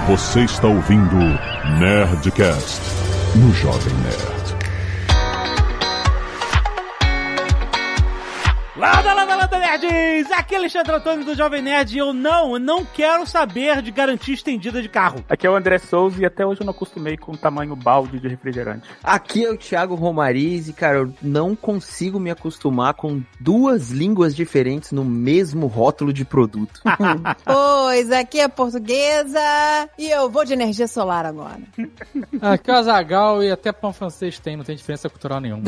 Você está ouvindo Nerdcast no Jovem Nerd. Lada, nerds! Aqui é Alexandre Antônio do Jovem Nerd e eu não quero saber de garantia estendida de carro. Aqui é o André Souza e até hoje eu não acostumei com o tamanho balde de refrigerante. Aqui é o Thiago Romariz e, cara, eu não consigo me acostumar com duas línguas diferentes no mesmo rótulo de produto. Pois, aqui é Portuguesa e eu vou de energia solar agora. Aqui é o Azaghal e até pão francês tem, não tem diferença cultural nenhuma.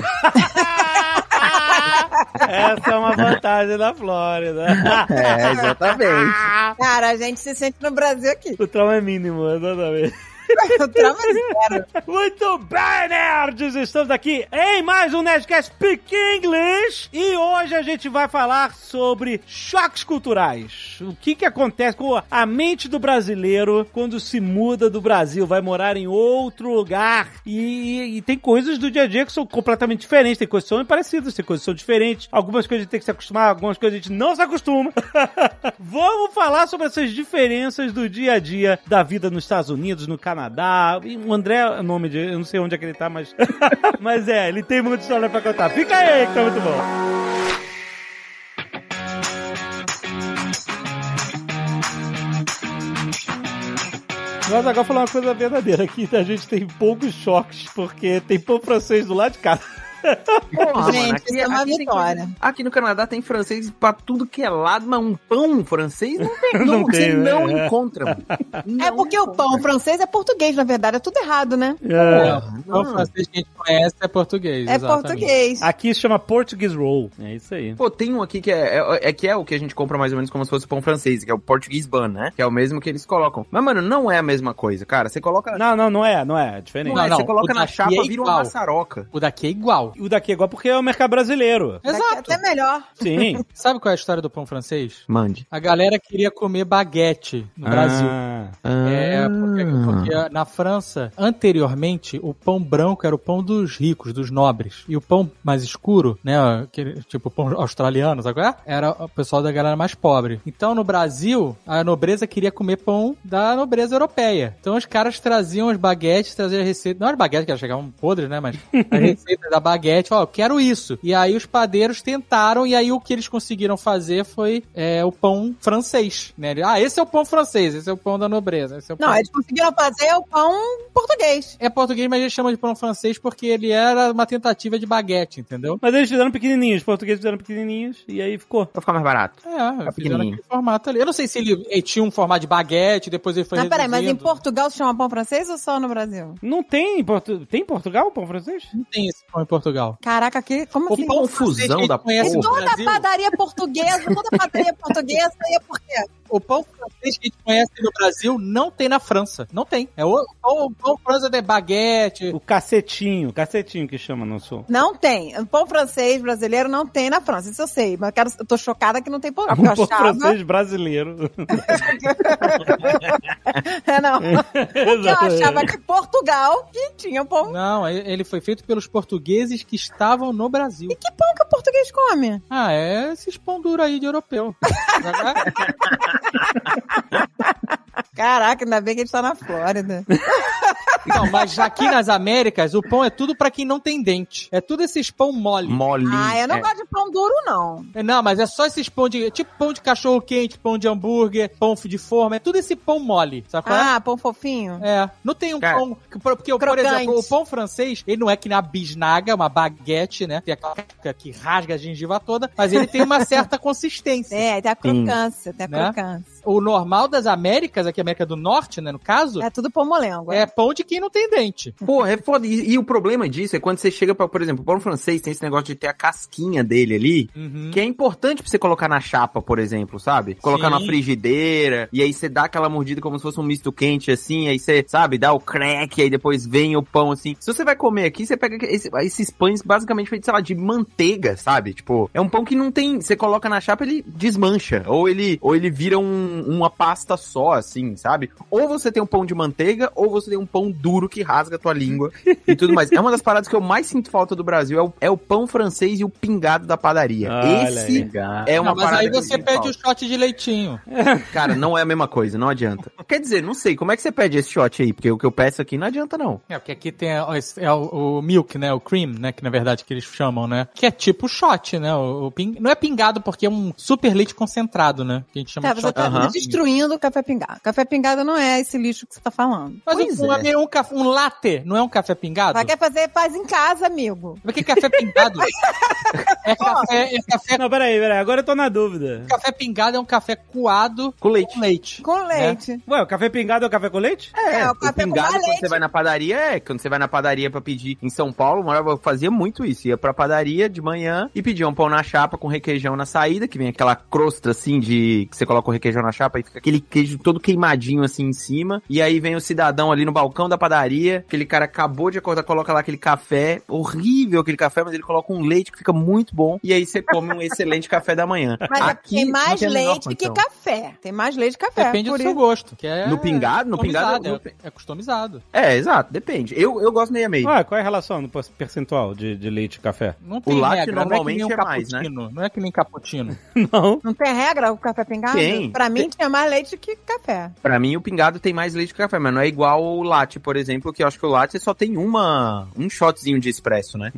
Essa é uma vantagem da Flórida. É, exatamente. Cara, a gente se sente no Brasil aqui. O trauma é mínimo, exatamente. O trauma é zero. Muito bem, nerds! Estamos aqui em mais um Nerdcast Speak English e hoje a gente vai falar sobre choques culturais. O que acontece com a mente do brasileiro quando se muda do Brasil, vai morar em outro lugar e tem coisas do dia a dia que são completamente diferentes, tem coisas que são parecidas, tem coisas que são diferentes, algumas coisas a gente tem que se acostumar, algumas coisas a gente não se acostuma. Vamos falar sobre essas diferenças do dia a dia da vida nos Estados Unidos, no Canadá. O André é o nome de... Eu não sei onde é que ele tá, mas... mas ele tem muita história pra contar. Fica aí, que tá muito bom. O Azaghal falou uma coisa verdadeira aqui. A gente tem poucos choques, porque tem pão francês do lado de cá. Porra, gente, mano, isso é uma vitória. Aqui no Canadá tem francês pra tudo que é lado, mas um pão francês não tem, você não encontra. É porque o pão francês é português, na verdade, é tudo errado, né? O pão francês que a gente conhece é português. É exatamente. português. Aqui se chama Portuguese Roll. É isso aí. Pô, tem um aqui que é o que a gente compra mais ou menos como se fosse o pão francês, que é o Portuguese Bun, né? Que é o mesmo que eles colocam. Mas, mano, não é a mesma coisa, cara. Você coloca... Não é. É diferente. Não, você coloca na chapa e vira uma igual. maçaroca. O daqui é igual. O daqui é igual porque é o mercado brasileiro. Daqui é até melhor. Sim. Sabe qual é a história do pão francês? Mande. A galera queria comer baguete no Brasil. Porque na França, anteriormente, o pão branco era o pão dos ricos, dos nobres. E o pão mais escuro, né, tipo o pão australiano, sabe qual é? Era o pessoal da galera mais pobre. Então, no Brasil, a nobreza queria comer pão da nobreza europeia. Então, os caras traziam os baguetes, traziam a receita... Não era baguete, que elas chegavam podres, né, mas a receita da baguete, eu quero isso. E aí os padeiros tentaram, e aí o que eles conseguiram fazer foi o pão francês, né? Esse é o pão francês, esse é o pão da nobreza. Esse é o pão... Não, eles conseguiram fazer o pão português. É português, mas eles chamam de pão francês porque ele era uma tentativa de baguete, entendeu? Mas eles fizeram pequenininhos, os portugueses fizeram pequenininhos, e aí ficou. Pra ficar mais barato. Fizeram aquele formato ali. Eu não sei se ele tinha um formato de baguete, depois ele foi Mas peraí, reduzindo. mas em Portugal se chama pão francês ou só no Brasil? Não tem tem em Portugal pão francês? Não tem esse pão em Portugal. Caraca, aqui, como assim? Confusão da conhece porra. Toda padaria portuguesa ia por quê? O pão francês que a gente conhece no Brasil não tem na França. Não tem. É o pão francês de baguete. O cacetinho que chama no sul. Não tem. O pão francês brasileiro não tem na França, isso eu sei. Mas eu tô chocada que não tem Portugal. O pão francês brasileiro. Não. Porque eu achava que Portugal que tinha pão. Não, ele foi feito pelos portugueses que estavam no Brasil. E que pão que o português come? É esses pão duro aí de europeu. Caraca, ainda bem que a gente tá na Flórida. Não, mas aqui nas Américas, o pão é tudo pra quem não tem dente. É tudo esses pão mole. Eu não gosto de pão duro, não. Não, mas é só esses pão de... Tipo pão de cachorro-quente, pão de hambúrguer, pão de forma. É tudo esse pão mole, sabe qual é? Pão fofinho? Não tem um pão... Porque, por exemplo, o pão francês, ele não é que nem a bisnaga, uma baguete, né? Tem aquela que rasga a gengiva toda, mas ele tem uma certa consistência. Tem a crocância, crocância. O normal das Américas, aqui América do Norte, né, no caso... É tudo pão molengo. É pão de quem não tem dente. Pô, é foda. E o problema disso é quando você chega pra, por exemplo, o pão francês tem esse negócio de ter a casquinha dele ali, que é importante pra você colocar na chapa, por exemplo, sabe? Colocar na frigideira, e aí você dá aquela mordida como se fosse um misto quente, assim, aí você, sabe, dá o crack, aí depois vem o pão, assim. Se você vai comer aqui, você pega esses pães basicamente feitos, sei lá, de manteiga, sabe? Tipo, é um pão que não tem... Você coloca na chapa, ele desmancha. Ou ele vira uma pasta só, assim, sabe? Ou você tem um pão de manteiga, ou você tem um pão duro que rasga a tua língua e tudo mais. É uma das paradas que eu mais sinto falta do Brasil, é o pão francês e o pingado da padaria. Esse é uma parada. Mas aí você pede o shot de leitinho. Cara, não é a mesma coisa, não adianta. Quer dizer, não sei, como é que você pede esse shot aí? Porque o que eu peço aqui não adianta, não. Porque aqui tem o milk, né? O cream, né? Que na verdade que eles chamam, né? Que é tipo shot, né? Não é pingado porque é um super leite concentrado, né? Que a gente chama de shot. Você tá destruindo o café pingado. Café pingado não é esse lixo que você tá falando. Mas um latte não é um café pingado? Vai quer fazer, faz em casa, amigo. Mas que café pingado? é café... Não, peraí, agora eu tô na dúvida. Café pingado é um café coado com leite. Com leite. Ué, o café pingado é o café com leite? O café pingado, com quando você vai na padaria, quando você vai na padaria pra pedir em São Paulo, eu fazia muito isso. Ia pra padaria de manhã e pedia um pão na chapa com requeijão na saída, que vem aquela crosta assim que você coloca o requeijão na chapa e fica aquele queijo todo queimadinho assim em cima. E aí vem o cidadão ali no balcão da padaria, aquele cara acabou de acordar, coloca lá aquele café, horrível aquele café, mas ele coloca um leite que fica muito bom. E aí você come um excelente café da manhã. Mas aqui tem mais leite que café. Tem mais leite que café. Depende do seu gosto. Que é no pingado? É customizado. Exato, depende. Eu gosto meio a meio. Qual é a relação no percentual de leite e café? Não tem regra, normalmente não é mais, né? Não é que nem cappuccino. Não tem regra o café pingado? Tem. Pra mim tinha mais leite que café. Pra mim o pingado tem mais leite que café, mas não é igual o latte, por exemplo, que eu acho que o latte só tem um shotzinho de espresso, né?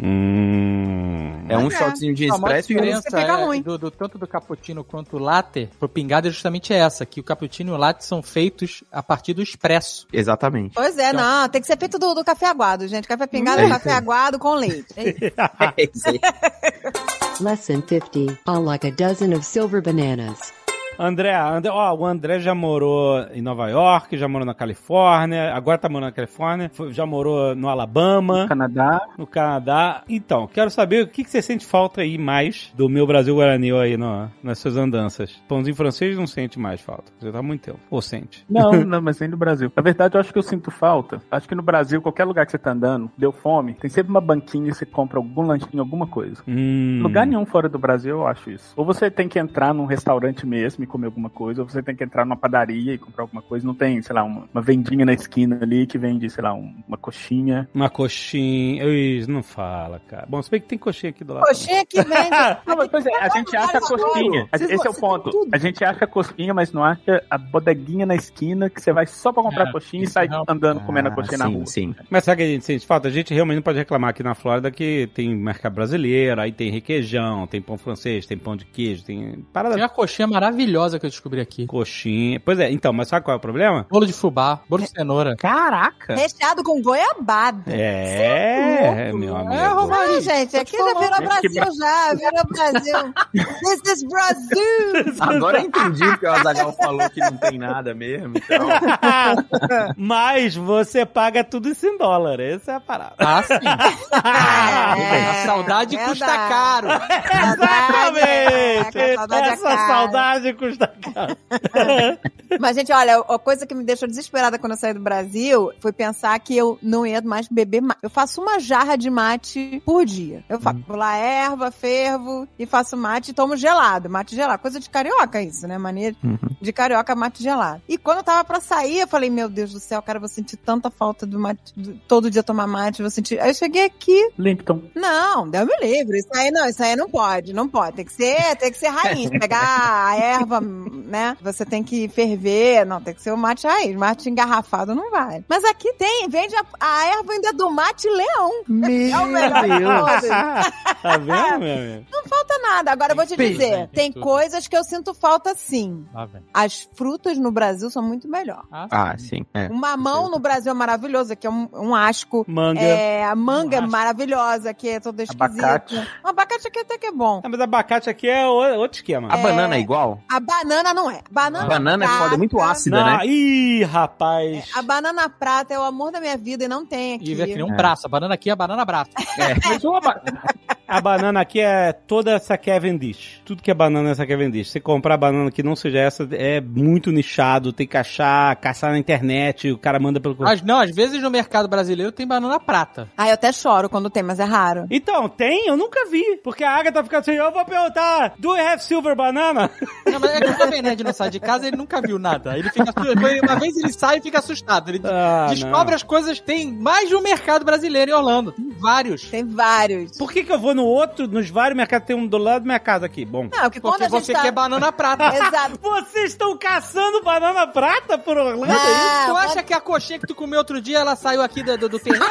É um shotzinho de espresso e tanto do cappuccino quanto o latte, pro pingado é justamente essa, que o cappuccino e o latte são feitos a partir do espresso. Exatamente. Pois é, não, tem que ser feito do café aguado, gente. Café pingado é café aguado com leite. É isso aí. Lesson 50. All like a dozen of silver bananas. André, o André já morou em Nova York, já morou na Califórnia, agora tá morando na Califórnia, já morou no Alabama. No Canadá. Então, quero saber o que você sente falta aí mais do meu Brasil Guarani aí nas suas andanças. Pãozinho francês não sente mais falta, já tá há muito tempo. Ou sente? Não, mas nem do Brasil. Na verdade, eu acho que eu sinto falta. Acho que no Brasil, qualquer lugar que você tá andando, deu fome, tem sempre uma banquinha e você compra algum lanchinho, alguma coisa. Lugar nenhum fora do Brasil eu acho isso. Ou você tem que entrar num restaurante mesmo e comer alguma coisa, ou você tem que entrar numa padaria e comprar alguma coisa. Não tem, sei lá, uma vendinha na esquina ali que vende, sei lá, uma coxinha. Uma coxinha. Não fala, cara. Bom, se bem que tem coxinha aqui do lado. Coxinha que vende. Não, mas, pois é, a gente acha a coxinha. Esse é o ponto. A gente acha a coxinha, mas não acha a bodeguinha na esquina que você vai só pra comprar coxinha e sai andando comendo a coxinha na rua. Sim. Mas sabe que a gente sente falta? A gente realmente não pode reclamar aqui na Flórida que tem mercado brasileiro, aí tem requeijão, tem pão francês, tem pão de queijo, tem parada. Tem uma coxinha maravilhosa que eu descobri aqui. Coxinha. Pois é, então, mas sabe qual é o problema? Bolo de fubá, bolo de cenoura. Caraca! Recheado com goiabada. Meu amigo. Gente, aqui já virou Brasil já. Virou Brasil. This is Brasil. Agora eu entendi porque o Azaghal falou que não tem nada mesmo. Então... Mas você paga tudo isso em dólar. Essa é a parada. Ah, sim. A saudade custa caro. Exatamente. Essa saudade custa caro. Mas, gente, olha, a coisa que me deixou desesperada quando eu saí do Brasil foi pensar que eu não ia mais beber mate. Eu faço uma jarra de mate por dia. Eu faço lá erva, fervo e faço mate e tomo gelado. Mate gelado. Coisa de carioca isso, né? Maneira de carioca, mate gelado. E quando eu tava pra sair, eu falei, meu Deus do céu, cara, eu vou sentir tanta falta do mate, todo dia tomar mate, vou sentir... Aí eu cheguei aqui... Lipton. Não, Deus me livre. Isso aí não pode. Tem que ser raiz. Pegar a erva, né? Você tem que ferver. Não, tem que ser o mate raiz. Mate engarrafado não vai. Mas aqui vende a erva ainda do mate leão. Meu o melhor de todos. Tá vendo, meu amigo? Não falta nada. Agora eu vou te dizer, tem coisas que eu sinto falta sim. As frutas no Brasil são muito melhor. Sim. O mamão no Brasil é maravilhoso, que é um asco. Manga. A manga é maravilhosa, que é toda esquisita. Abacate. O abacate aqui até que é bom. Mas abacate aqui é outro esquema. A banana é igual? A banana não é. Banana é foda, é muito ácida, né? Ih, rapaz. A banana prata é o amor da minha vida e não tem aqui. E é que nem um braço. A banana aqui é a banana braço. Mas A banana aqui é toda essa Cavendish. Tudo que é banana é essa Cavendish. Se comprar banana que não seja essa, é muito nichado, tem que caçar na internet, o cara manda pelo... Mas não, às vezes no mercado brasileiro tem banana prata. Ah, eu até choro quando tem, mas é raro. Então, tem? Eu nunca vi. Porque a Agatha fica assim, eu vou perguntar, do you have silver banana? Não, mas é que também, né, de não sair de casa, ele nunca viu nada. Ele fica uma vez ele sai e fica assustado. Ele descobre as coisas, tem mais de um mercado brasileiro em Orlando. Tem vários. Tem vários. Por que eu vou nos vários mercados, tem um do lado da minha casa aqui? Bom. Não, porque quando a gente você quer banana prata. Exato. Vocês estão caçando banana prata por Orlando? Tu acha que a coxinha que tu comeu outro dia, ela saiu aqui do terreno?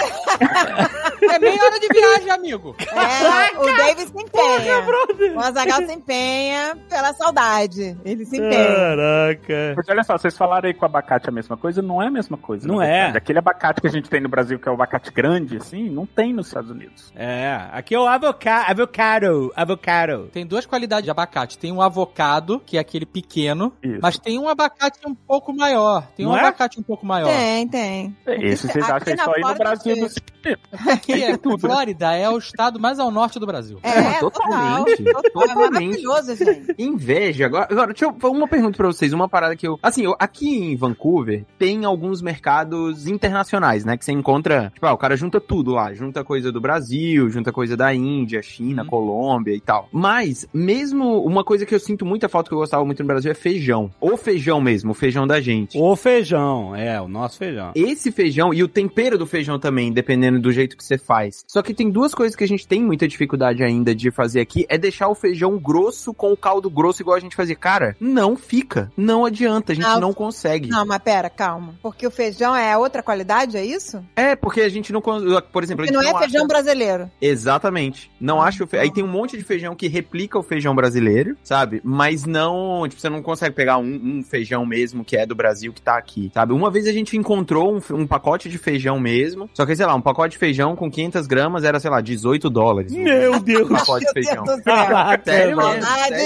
É meia hora de viagem, amigo. O David se empenha. O Azaghal se empenha pela saudade. Ele se empenha. Caraca. Porque olha só, vocês falaram aí que o abacate é a mesma coisa, não é a mesma coisa. Não é. Aquele abacate que a gente tem no Brasil, que é o abacate grande, assim, não tem nos Estados Unidos. Aqui é o avocado. Tem duas qualidades de abacate. Tem um avocado, que é aquele pequeno, Isso. mas tem um abacate um pouco maior. Abacate um pouco maior. Tem. Esse vocês acham só aí no Brasil. Aqui é Flórida, é o estado mais ao norte do Brasil. Totalmente. É maravilhoso, gente. Inveja. Agora, deixa eu uma pergunta pra vocês. Uma parada que aqui em Vancouver, tem alguns mercados internacionais, né? Que você encontra, tipo, o cara junta tudo lá. Junta coisa do Brasil, junta coisa da Índia, China, Colômbia e tal. Mas, mesmo uma coisa que eu sinto muita falta, que eu gostava muito no Brasil, é feijão. O feijão mesmo, o feijão da gente. O feijão, o nosso feijão. Esse feijão e o tempero do feijão também, dependendo do jeito que você faz. Só que tem duas coisas que a gente tem muita dificuldade ainda de fazer aqui, é deixar o feijão grosso com o caldo grosso igual a gente fazia. Cara, não fica. Não adianta, a gente não consegue. Não, mas pera, calma. Porque o feijão é outra qualidade, é isso? É, porque a gente não... Por exemplo, porque a gente não é feijão brasileiro. Exatamente. Não acho... Aí tem um monte de feijão que replica o feijão brasileiro, sabe? Mas não... Tipo, você não consegue pegar um feijão mesmo que é do Brasil que tá aqui, sabe? Uma vez a gente encontrou um pacote de feijão mesmo, só que, sei lá, um pacote de feijão com 500 gramas era, sei lá, $18. Meu Deus! Um pacote de feijão. Sério mesmo?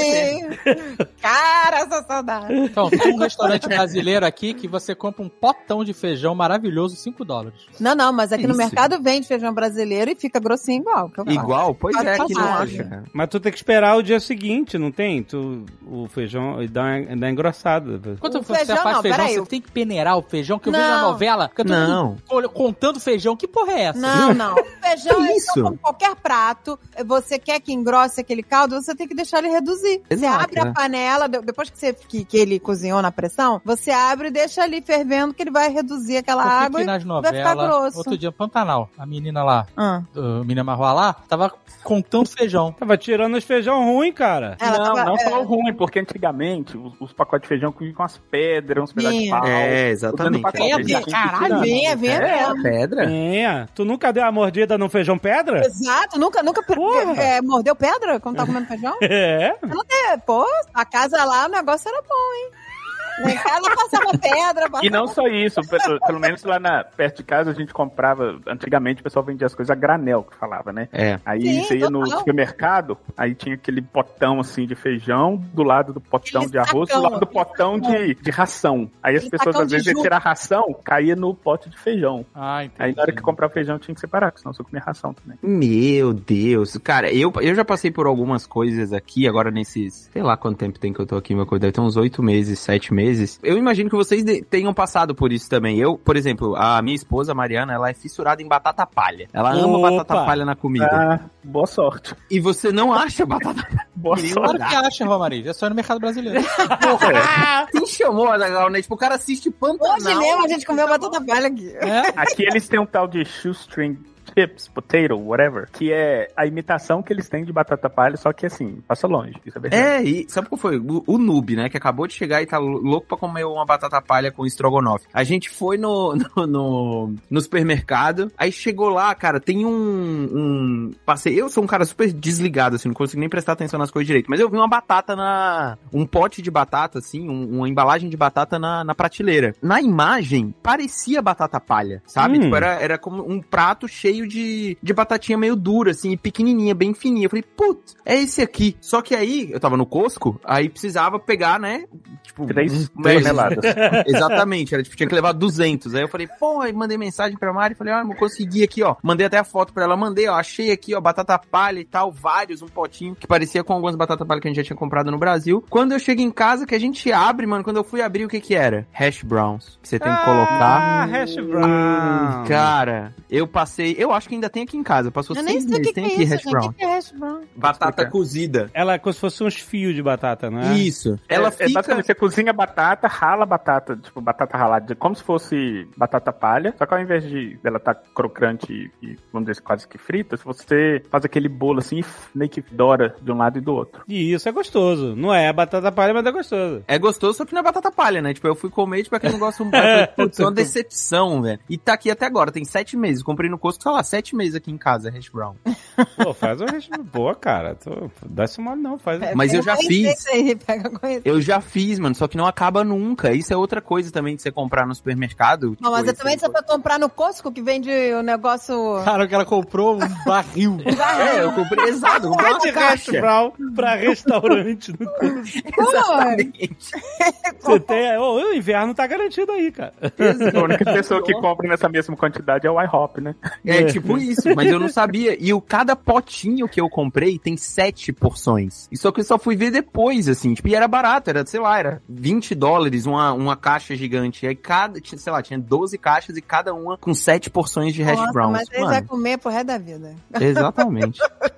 Cara, essa saudade. Então, tem um restaurante brasileiro aqui que você compra um potão de feijão maravilhoso, $5. Não, mas aqui no mercado vende feijão brasileiro e fica grossinho igual. Igual? Pois é, aqui não acha, cara. Mas tu tem que esperar o dia seguinte, não tem? O feijão dá engrossada. Quando você faz feijão, você tem que peneirar o feijão, que eu vejo na novela, fica todo mundo contando feijão. Que porra é essa? Não. O feijão é como qualquer prato. Você quer que engrosse aquele caldo, você tem que deixar ele reduzir. Você abre a panela, depois que ele cozinhou na pressão, você abre e deixa ali fervendo, que ele vai reduzir aquela água e nas vai ficar grosso. Outro dia, Pantanal, a menina lá, a menina marroa lá, tava contando feijão. Tava tirando os feijão ruim, cara. Não só o ruim, porque antigamente os pacotes de feijão vinham com as pedras, uns pedaços de pau. Exatamente. Caralho, vinha mesmo. Pedra? Tu nunca deu uma mordida no feijão pedra? Exato, nunca mordeu pedra quando tá comendo feijão? Pô, a casa lá, o negócio era bom, hein? Ela passava pedra. E não só isso, pelo menos lá perto de casa a gente comprava, antigamente o pessoal vendia as coisas a granel, que falava, né? Aí você ia no supermercado, aí tinha aquele potão assim de feijão, do lado do potão de arroz, do lado do potão de ração. Aí as pessoas às vezes iam tirar a ração, caía no pote de feijão. Entendi. Aí na hora que comprava feijão tinha que separar, porque senão você comia ração também. Meu Deus. Cara, eu já passei por algumas coisas aqui, agora nesses, sei lá quanto tempo tem que eu tô aqui, meu coisa, deve ter uns 8 meses, 7 meses. Eu imagino que vocês tenham passado por isso também. Eu, por exemplo, a minha esposa, a Mariana, ela é fissurada em batata palha. Ela ama batata palha na comida. Boa sorte. E você não acha batata palha? Boa sorte. Claro que acha, Romariz. É só ir no mercado brasileiro. Quem chamou a Azaghal, né? Tipo, o cara assiste Pantanal. Hoje mesmo a gente comeu batata palha aqui. Aqui eles têm um tal de shoestring chips, potato, whatever, que é a imitação que eles têm de batata palha, só que assim, passa longe, isso é verdade. E sabe qual foi? O noob, né, que acabou de chegar e tá louco pra comer uma batata palha com estrogonofe. A gente foi no supermercado, aí chegou lá, cara, tem passei, eu sou um cara super desligado, assim, não consigo nem prestar atenção nas coisas direito, mas eu vi uma batata um pote de batata, assim, uma embalagem de batata na prateleira. Na imagem, parecia batata palha, sabe? Tipo, era como um prato cheio cheio de batatinha meio dura, assim, e pequenininha, bem fininha. Eu falei, putz, é esse aqui. Só que aí, eu tava no Costco, aí precisava pegar, né, tipo... 3 toneladas. Exatamente, tinha que levar 200. Aí eu falei, pô, aí mandei mensagem pra Mari, falei, eu consegui aqui, ó. Mandei até a foto pra ela, achei aqui, ó, batata palha e tal, vários, um potinho, que parecia com algumas batatas palha que a gente já tinha comprado no Brasil. Quando eu chego em casa, que a gente abre, mano, quando eu fui abrir, o que era? Hash browns, que você tem que colocar. Hash brown. Cara, eu acho que ainda tem aqui em casa, passou 6 meses, tem aqui hash brown. Que é hash brown? Batata cozida. Ela é como se fosse uns fios de batata, não é? Isso. Ela fica... basicamente, você cozinha batata, rala batata, tipo, batata ralada, como se fosse batata palha, só que ao invés de ela tá crocante e, vamos dizer, quase que frita, se você faz aquele bolo assim, meio que dora de um lado e do outro. E isso é gostoso. Não é batata palha, mas é gostoso. É gostoso, só que não é batata palha, né? Tipo, eu fui comer, tipo, aquele negócio... Putz, é uma decepção, velho. E tá aqui até agora, tem 7 meses. Comprei no Costco, sei lá, 7 meses aqui em casa, hash brown. Pô, faz uma hash brown boa, cara. Dá esse mole não, faz. Mas eu já fiz. Aí, pega eu já fiz, mano, só que não acaba nunca. Isso é outra coisa também de você comprar no supermercado. Não, mas tipo, também você foi comprar no Costco, que vende o negócio... Cara, o cara comprou um barril. Eu comprei, exato, comprei uma de hash caixa. brown pra restaurante no Costco. Exatamente. Você tem... o inverno tá garantido aí, cara. A única pessoa que compra nessa mesma quantidade é o IHOP, né? É, tipo isso, mas eu não sabia. E cada potinho que eu comprei tem 7 porções. E só que eu só fui ver depois, assim, tipo, e era barato, era, sei lá, era $20 uma caixa gigante. E aí sei lá, tinha 12 caixas e cada uma com 7 porções de hash browns. Mas ele vai comer pro resto da vida. Exatamente.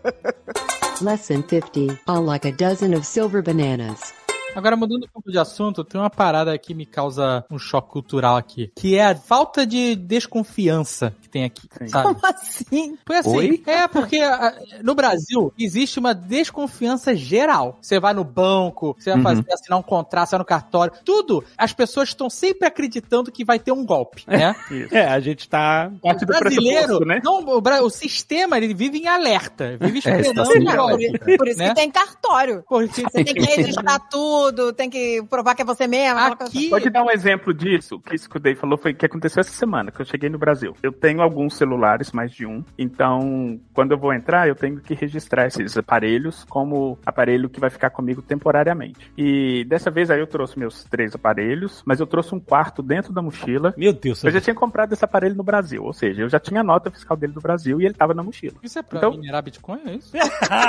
Lesson 50. I like a dozen of silver bananas. Agora, mudando um pouco de assunto, tem uma parada que me causa um choque cultural aqui, que é a falta de desconfiança que tem aqui, sabe? Como assim? Foi assim. Oi? Porque no Brasil existe uma desconfiança geral. Você vai no banco, você vai assinar um contrato, você vai no cartório, tudo. As pessoas estão sempre acreditando que vai ter um golpe, né? A gente tá... O brasileiro, né? Não, o sistema, ele vive em alerta, vive esperando um golpe. Por isso né? que tem cartório. Porque você tem que registrar tudo, tem que provar que é você mesmo. Aqui... Pode dar um exemplo disso? Que isso que o Dave falou foi o que aconteceu essa semana, que eu cheguei no Brasil. Eu tenho alguns celulares, mais de um, então quando eu vou entrar, eu tenho que registrar esses aparelhos como aparelho que vai ficar comigo temporariamente. E dessa vez aí eu trouxe meus 3 aparelhos, mas eu trouxe um quarto dentro da mochila. Meu Deus. Eu já tinha comprado esse aparelho no Brasil, ou seja, eu já tinha a nota fiscal dele do Brasil e ele tava na mochila. Isso é pra minerar Bitcoin, é isso?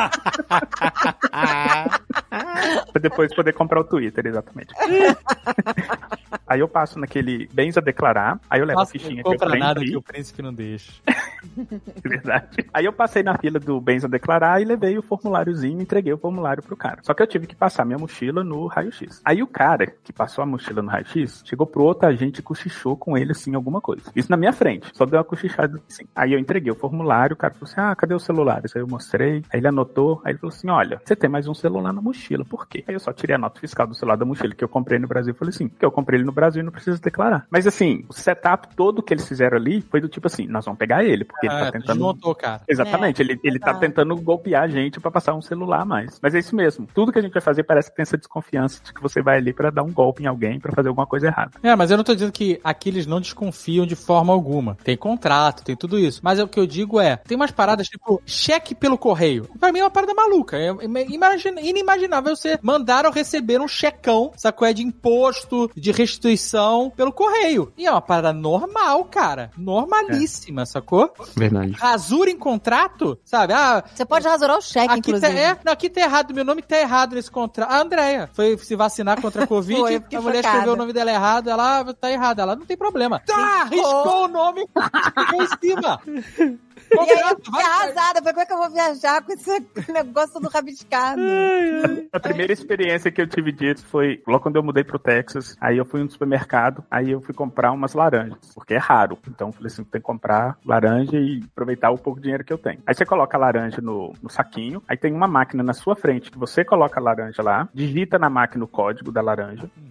Pra depois poder comprar o Twitter, exatamente. Aí eu passo naquele bens a declarar, aí eu levo a fichinha que eu compra nada ali. que o príncipe não deixa. Verdade. Aí eu passei na fila do bens a declarar e levei o formuláriozinho, entreguei o formulário pro cara. Só que eu tive que passar minha mochila no raio-x. Aí o cara que passou a mochila no raio-x chegou pro outro agente e cochichou com ele assim alguma coisa. Isso na minha frente, só deu uma cochichada assim. Aí eu entreguei o formulário, o cara falou assim, cadê os celulares? Aí eu mostrei, aí ele anotou, aí ele falou assim, olha, você tem mais um celular na mochila, por quê? Aí eu só tirei a nota fiscal do celular da mochila que eu comprei no Brasil e falei assim, porque eu comprei ele no Brasil e não preciso declarar. Mas assim, o setup todo que eles fizeram ali foi do tipo assim, nós vamos pegar ele, porque ele tá tentando... Desmontou, cara. Exatamente, ele tá tentando golpear a gente pra passar um celular a mais. Mas é isso mesmo, tudo que a gente vai fazer parece que tem essa desconfiança de que você vai ali pra dar um golpe em alguém, pra fazer alguma coisa errada. Mas eu não tô dizendo que aqui eles não desconfiam de forma alguma. Tem contrato, tem tudo isso. Mas o que eu digo tem umas paradas tipo cheque pelo correio. Pra mim é uma parada maluca. É inimaginável você mandar ou receber um checão, sacou? De imposto, de restituição pelo correio. E é uma parada normal, cara. Normalíssima, sacou? Verdade. Rasura em contrato, sabe? Você pode rasurar o cheque, aqui inclusive. Aqui tá errado, meu nome tá errado nesse contrato. A Andréia foi se vacinar contra a Covid, a mulher escreveu o nome dela errado, ela tá errada. Ela não tem problema. Riscou o nome e ficou em cima. E aí eu fiquei arrasada. Como é que eu vou viajar com esse negócio todo rabiscado? A primeira experiência que eu tive disso foi logo quando eu mudei pro Texas. Aí eu fui no supermercado, aí eu fui comprar umas laranjas, porque é raro. Então eu falei assim, tem que comprar laranja e aproveitar o pouco dinheiro que eu tenho. Aí você coloca a laranja no saquinho, aí tem uma máquina na sua frente que você coloca a laranja lá, digita na máquina o código da laranja,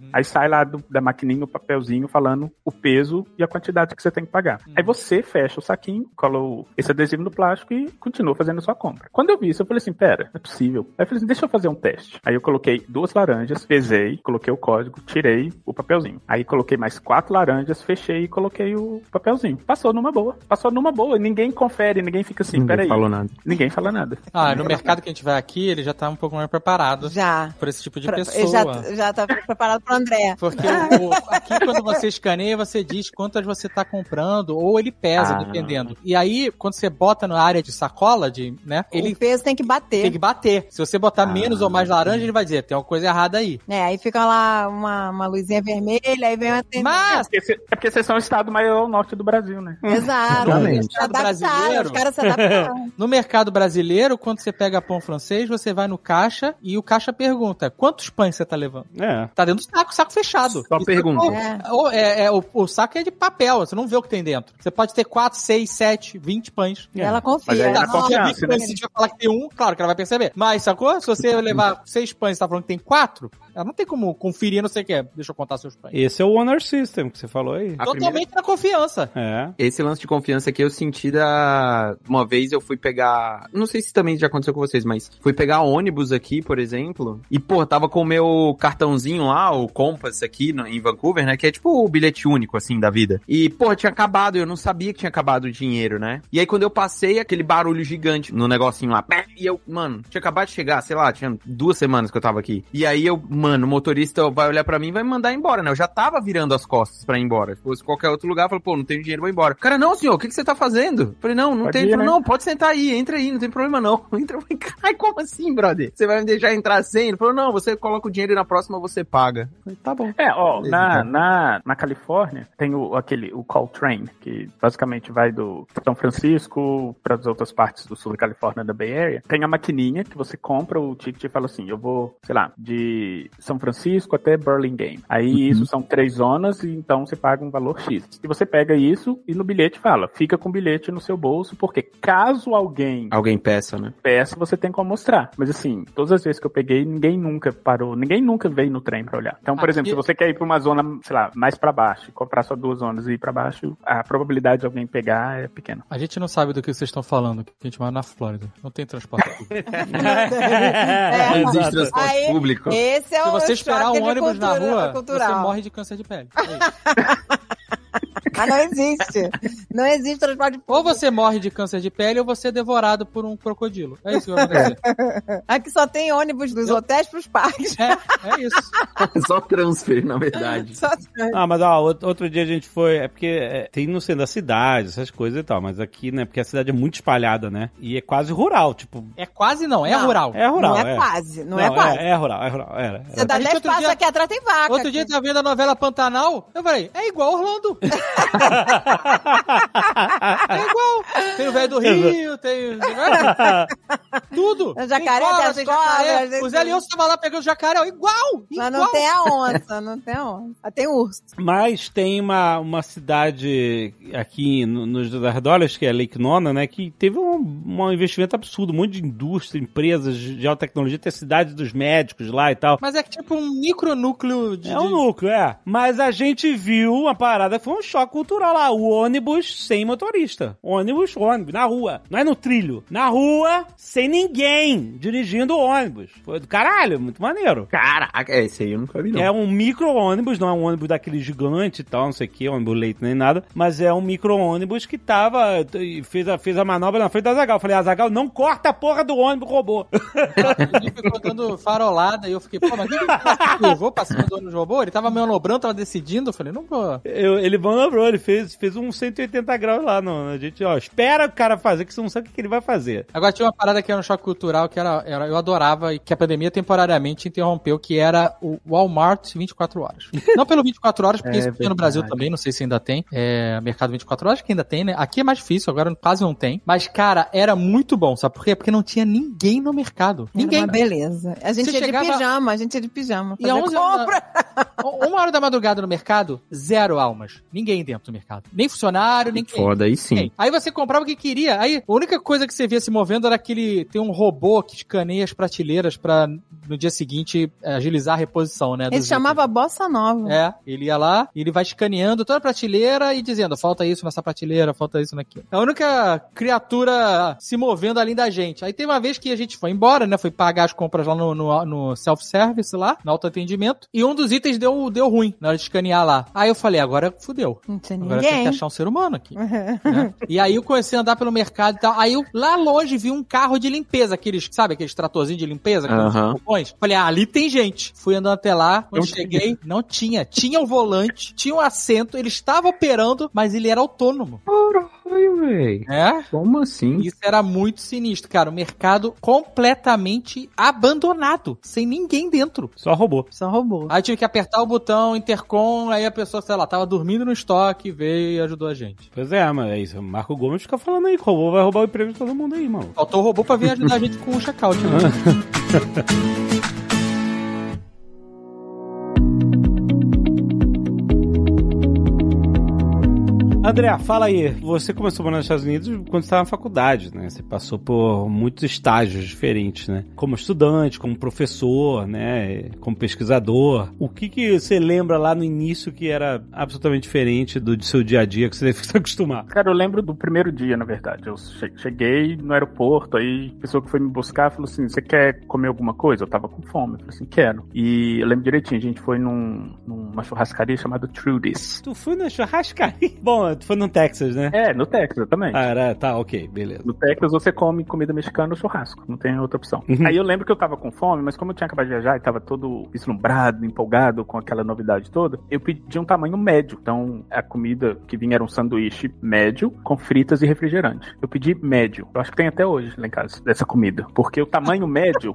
Aí sai lá da maquininha o papelzinho falando o peso e a quantidade que você tem que pagar. Aí você fecha o saquinho, cola esse adesivo no plástico e continua fazendo a sua compra. Quando eu vi isso, eu falei assim, pera, não é possível. Aí eu falei assim, deixa eu fazer um teste. Aí eu coloquei 2 laranjas, pesei, coloquei o código, tirei o papelzinho. Aí coloquei mais 4 laranjas, fechei e coloquei o papelzinho. Passou numa boa. Ninguém confere, ninguém fica assim, peraí. Ninguém fala nada. No mercado que a gente vai aqui, ele já tá um pouco mais preparado. Já. Por esse tipo de pessoa. Já tá preparado pro André. Porque aqui quando você escaneia, você diz quantas você tá comprando, ou ele pesa, dependendo. E aí, quando você bota na área de sacola, o peso tem que bater. Tem que bater. Se você botar menos ou mais laranja, ele vai dizer, tem uma coisa errada aí. Aí fica lá uma luzinha vermelha, aí vem uma tendência. Mas... É porque vocês são o estado maior norte do Brasil, né? Exato. No mercado brasileiro, os caras se adaptaram. No mercado brasileiro, quando você pega pão francês, você vai no caixa e o caixa pergunta, quantos pães você tá levando? Tá dentro do saco fechado. Só pergunta. O saco é de papel, você não vê o que tem dentro. Você pode ter 4, 6, 7, 20 pães. Ela confia. Se você vai falar que tem um, claro que ela vai perceber. Mas, sacou? Se você levar 6 pães e tá falando que tem 4, ela não tem como conferir, não sei o que. Deixa eu contar seus pães. Esse é o Honor System que você falou aí. Totalmente na confiança. Esse lance de confiança aqui eu senti uma vez eu fui pegar... Não sei se também já aconteceu com vocês, mas fui pegar ônibus aqui, por exemplo, e, tava com o meu cartãozinho lá, o Compass aqui em Vancouver, né? Que é tipo o bilhete único, assim, da vida. E, tinha acabado, eu não sabia que tinha acabado o dinheiro, né? E aí, quando eu passei, aquele barulho gigante no negocinho lá, e eu, tinha acabado de chegar, sei lá, tinha 2 semanas que eu tava aqui. E aí o motorista vai olhar pra mim e vai me mandar embora, né? Eu já tava virando as costas pra ir embora. Se fosse qualquer outro lugar, eu falei, não tenho dinheiro, vou embora. Cara, não, senhor, o que você tá fazendo? Eu falei, não tem. Falei, não, pode sentar aí, entra aí, não tem problema não. Entra, ai, como assim, brother? Você vai me deixar entrar sem? Ele falou, não, você coloca o dinheiro e na próxima você paga. Eu falei, tá bom. Na Califórnia tem o Call Train, que basicamente vai do São Francisco para as outras partes do sul da Califórnia, da Bay Area. Tem a maquininha que você compra o ticket e fala assim, eu vou, sei lá, de São Francisco até Burlingame. Aí isso são 3 zonas e então você paga um valor X. E você pega isso e no bilhete fala, fica com o bilhete no seu bolso, porque caso alguém peça, né? Você tem como mostrar. Mas assim, todas as vezes que eu peguei, ninguém nunca parou, ninguém nunca veio no trem pra olhar. Então, por exemplo, se você quer ir pra uma zona, sei lá, mais pra baixo, comprar só 2 zonas e ir pra baixo, a probabilidade de alguém pegar é pequena. A gente não sabe do que vocês estão falando, que a gente mora na Flórida. Não tem transporte público. Não existe transporte público. Esse é Se você esperar um ônibus na rua, cultural. você morre de câncer de pele. Mas não existe. Não existe transporte público. Ou você morre de câncer de pele ou você é devorado por um crocodilo. É isso que vai acontecer. Aqui só tem ônibus dos hotéis pros parques. É isso. Só transfer, na verdade. Mas outro dia a gente foi... É porque tem no centro da cidade, essas coisas e tal. Mas aqui, né? Porque a cidade é muito espalhada, né? E é quase rural, tipo... É quase não, é rural. É rural, Não é quase, não é quase. É rural. Você dá 10 passos aqui atrás, tem vaca. Outro dia tá vendo a novela Pantanal, eu falei, é igual Orlando. É igual. Tem o velho do Rio, tem... Tudo. O jacaré, tem cobras. O Zé Leôncio tava lá pegando o jacaré, igual. Mas não tem a onça, não tem a onça. Tem urso. Mas tem uma cidade aqui nos arredores, que é Lake Nona, né, que teve um investimento absurdo, um monte de indústria, empresas de alta tecnologia, tem a cidade dos médicos lá e tal. Mas é tipo um micronúcleo É um núcleo, Mas a gente viu uma parada, foi um choque cultural lá, o ônibus sem motorista. Ônibus, na rua. Não é no trilho. Na rua, sem ninguém dirigindo o ônibus. Foi do caralho, muito maneiro. Caraca, esse aí eu nunca vi, não. É um micro-ônibus, não é um ônibus daquele gigante e tal, não sei o que, ônibus leite nem nada, mas é um micro-ônibus que fez a manobra na frente da Azaghal. Eu falei, Azaghal, não corta a porra do ônibus robô. Ele ficou dando farolada e eu fiquei, mas quem levou pra cima do ônibus robô? Ele tava manobrando, tava decidindo, eu falei, não vou. Ele manobrou, ele fez um 180 graus lá, a gente, espera o cara fazer, que você não sabe o que ele vai fazer. Agora tinha uma parada que era um choque cultural, que eu adorava e que a pandemia temporariamente interrompeu, que era o Walmart 24 horas. Não pelo 24 horas, porque isso tinha no Brasil também, não sei se ainda tem, mercado 24 horas que ainda tem, né? Aqui é mais difícil, agora quase não tem. Mas, cara, era muito bom, sabe por quê? Porque não tinha ninguém no mercado. Ninguém. Uma beleza. A gente ia de pijama. E a 1h da madrugada no mercado, 0 almas. Ninguém dentro do mercado. Nem funcionário, nem cliente. Foda, aí sim. Aí você comprava o que queria. Aí a única coisa que você via se movendo era tem um robô que escaneia as prateleiras pra no dia seguinte agilizar a reposição, né? Ele chamava Bossa Nova. É, ele ia lá e ele vai escaneando toda a prateleira e dizendo, falta isso nessa prateleira, falta isso naquilo. É a única criatura se movendo além da gente. Aí tem uma vez que a gente foi embora, né? Foi pagar as compras lá no self-service lá, no autoatendimento, e um dos itens deu ruim na hora de escanear lá. Aí eu falei, agora fudeu. Não tinha Agora ninguém. tem que achar um ser humano aqui. Né? E aí eu comecei a andar pelo mercado e tal. Aí eu, lá longe, vi um carro de limpeza, aqueles tratorzinhos de limpeza, aqueles fogões. Falei, ali tem gente. Fui andando até lá, quando cheguei, não tinha. Tinha um volante, tinha um assento, ele estava operando, mas ele era autônomo. Caralho, velho. É? Como assim? Isso era muito sinistro, cara. O mercado completamente abandonado, sem ninguém dentro. Só robô. Só roubou. Aí tive que apertar o botão, intercom, aí a pessoa, sei lá, tava dormindo no estoque, veio e ajudou a gente. Pois é, mas é isso. Marco Gomes fica falando aí que o robô vai roubar o emprego de todo mundo aí, mano. Faltou o robô pra vir ajudar a gente com o check-out, né? André, fala aí. Você começou a morar nos Estados Unidos quando estava na faculdade, né? Você passou por muitos estágios diferentes, né? Como estudante, como professor, né? Como pesquisador. O que você lembra lá no início que era absolutamente diferente do seu dia a dia, que você deve se acostumar? Cara, eu lembro do primeiro dia, na verdade. Eu cheguei no aeroporto, aí a pessoa que foi me buscar falou assim, você quer comer alguma coisa? Eu tava com fome. Eu falei assim, quero. E eu lembro direitinho, a gente foi numa churrascaria chamada Trudy's. Tu foi na churrascaria? Bom, tu foi no Texas, né? É, no Texas, exatamente. Tá, ok, beleza. No Texas você come comida mexicana ou churrasco, não tem outra opção. Aí eu lembro que eu tava com fome, mas como eu tinha acabado de viajar e tava todo vislumbrado, empolgado com aquela novidade toda, eu pedi um tamanho médio. Então, a comida que vinha era um sanduíche médio, com fritas e refrigerante. Eu pedi médio. Eu acho que tem até hoje lá em casa, dessa comida. Porque o tamanho médio...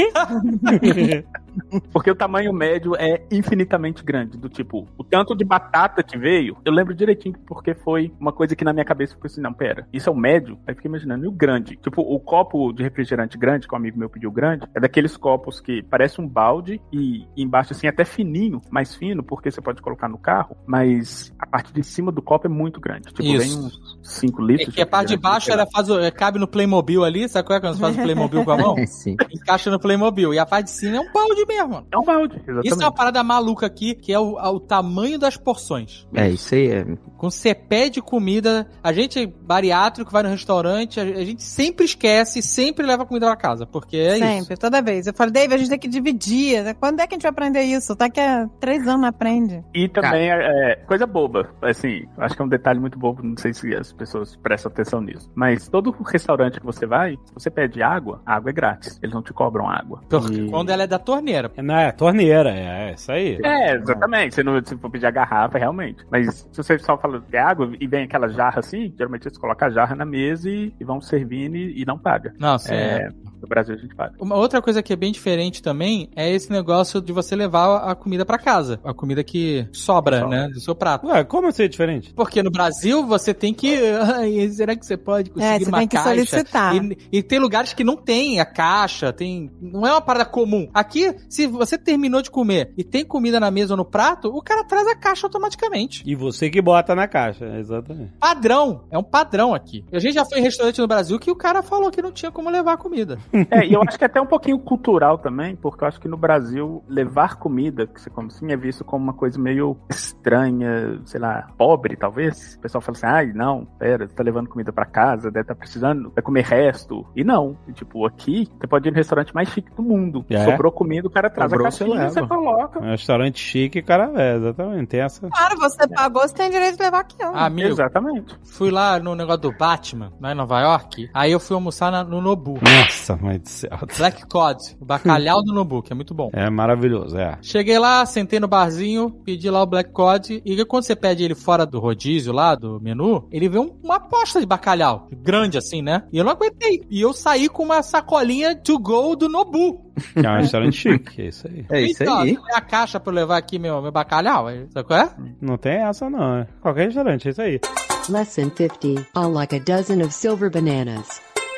Porque o tamanho médio é infinitamente grande. Do tipo, o tanto de batata que veio, eu lembro direitinho porque foi uma coisa que na minha cabeça ficou assim, não, pera, isso é o médio? Aí fiquei imaginando, e o grande? Tipo, o copo de refrigerante grande, que um amigo meu pediu grande, é daqueles copos que parece um balde e embaixo assim, até fininho, mais fino, porque você pode colocar no carro, mas a parte de cima do copo é muito grande. Tipo, isso. Vem uns 5 litros. É que a parte de baixo cabe no Playmobil ali, sabe qual é quando você faz o Playmobil com a mão? Sim. Encaixa no Playmobil. E a parte de cima é um balde mesmo. É um balde, exatamente. Isso é uma parada maluca aqui, que é o tamanho das porções. É, isso aí é... Com cepé de comida, a gente bariátrico vai no restaurante, a gente sempre esquece, sempre leva comida pra casa, porque é isso. Sempre, toda vez. Eu falo, Dave, a gente tem que dividir, né? Quando é que a gente vai aprender isso? Tá que há 3 anos não aprende. E também é coisa boba, assim, acho que é um detalhe muito bobo, não sei se as pessoas prestam atenção nisso, mas todo restaurante que você vai, se você pede água, a água é grátis, eles não te cobram água. Porque quando ela é da torneira. Não, é torneira, é isso aí. É, exatamente, se for pedir a garrafa, realmente. Mas se você só fala de água e vem aquela jarra assim, geralmente eles colocam a jarra na mesa e vão servindo e não paga. Não, sim. No Brasil a gente paga. Uma outra coisa que é bem diferente também é esse negócio de você levar a comida pra casa. A comida que sobra, né, do seu prato. Ué, como assim é diferente? Porque no Brasil você tem que... será que você pode conseguir uma tem que caixa? solicitar. E tem lugares que não tem a caixa, não é uma parada comum. Aqui, se você terminou de comer e tem comida na mesa ou no prato, o cara traz a caixa automaticamente. E você que bota na caixa, exatamente. Padrão. É um padrão aqui. A gente já foi em restaurante no Brasil que o cara falou que não tinha como levar a comida. E eu acho que é até um pouquinho cultural também, porque eu acho que no Brasil, levar comida que você come assim é visto como uma coisa meio estranha, sei lá, pobre, talvez. O pessoal fala assim, ai, não, pera, você tá levando comida pra casa, deve estar precisando, vai comer resto. E não, tipo, aqui, você pode ir no restaurante mais chique do mundo. Sobrou comida, o cara traz a caixinha e você coloca. É um restaurante chique, cara, exatamente, tem essa... Claro, você pagou, você tem direito de levar aquilo. Amigo, exatamente. Fui lá no negócio do Batman, lá em Nova York, aí eu fui almoçar no Nobu. Nossa, mãe do céu. Black Cod, o bacalhau do Nobu, que é muito bom. É maravilhoso, é. Cheguei lá, sentei no barzinho, pedi lá o Black Cod, e quando você pede ele fora do rodízio lá, do menu, ele vem uma posta de bacalhau, grande assim, né? E eu não aguentei. E eu saí com uma sacolinha to go do Nobu. É um restaurante chique, é isso aí. É isso então, aí. É a caixa pra eu levar aqui meu bacalhau, sabe qual é? Não tem essa não, é qualquer restaurante, é isso aí. Lesson 50. All like a dozen of silver bananas.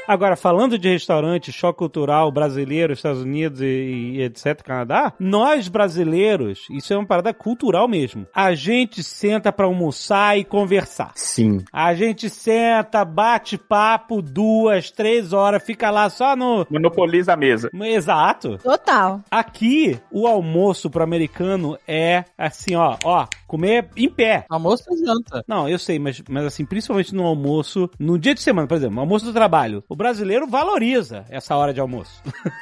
Agora, falando de restaurante, choque cultural brasileiro, Estados Unidos e etc, Canadá, nós brasileiros, isso é uma parada cultural mesmo. A gente senta pra almoçar e conversar. Sim. A gente senta, bate papo 2, 3 horas, fica lá só no... Monopoliza a mesa. Exato. Total. Aqui, o almoço pro americano é assim, ó, comer em pé. Almoço e janta. Não, eu sei, mas assim, principalmente no almoço, no dia de semana, por exemplo, almoço do trabalho, o brasileiro valoriza essa hora de almoço.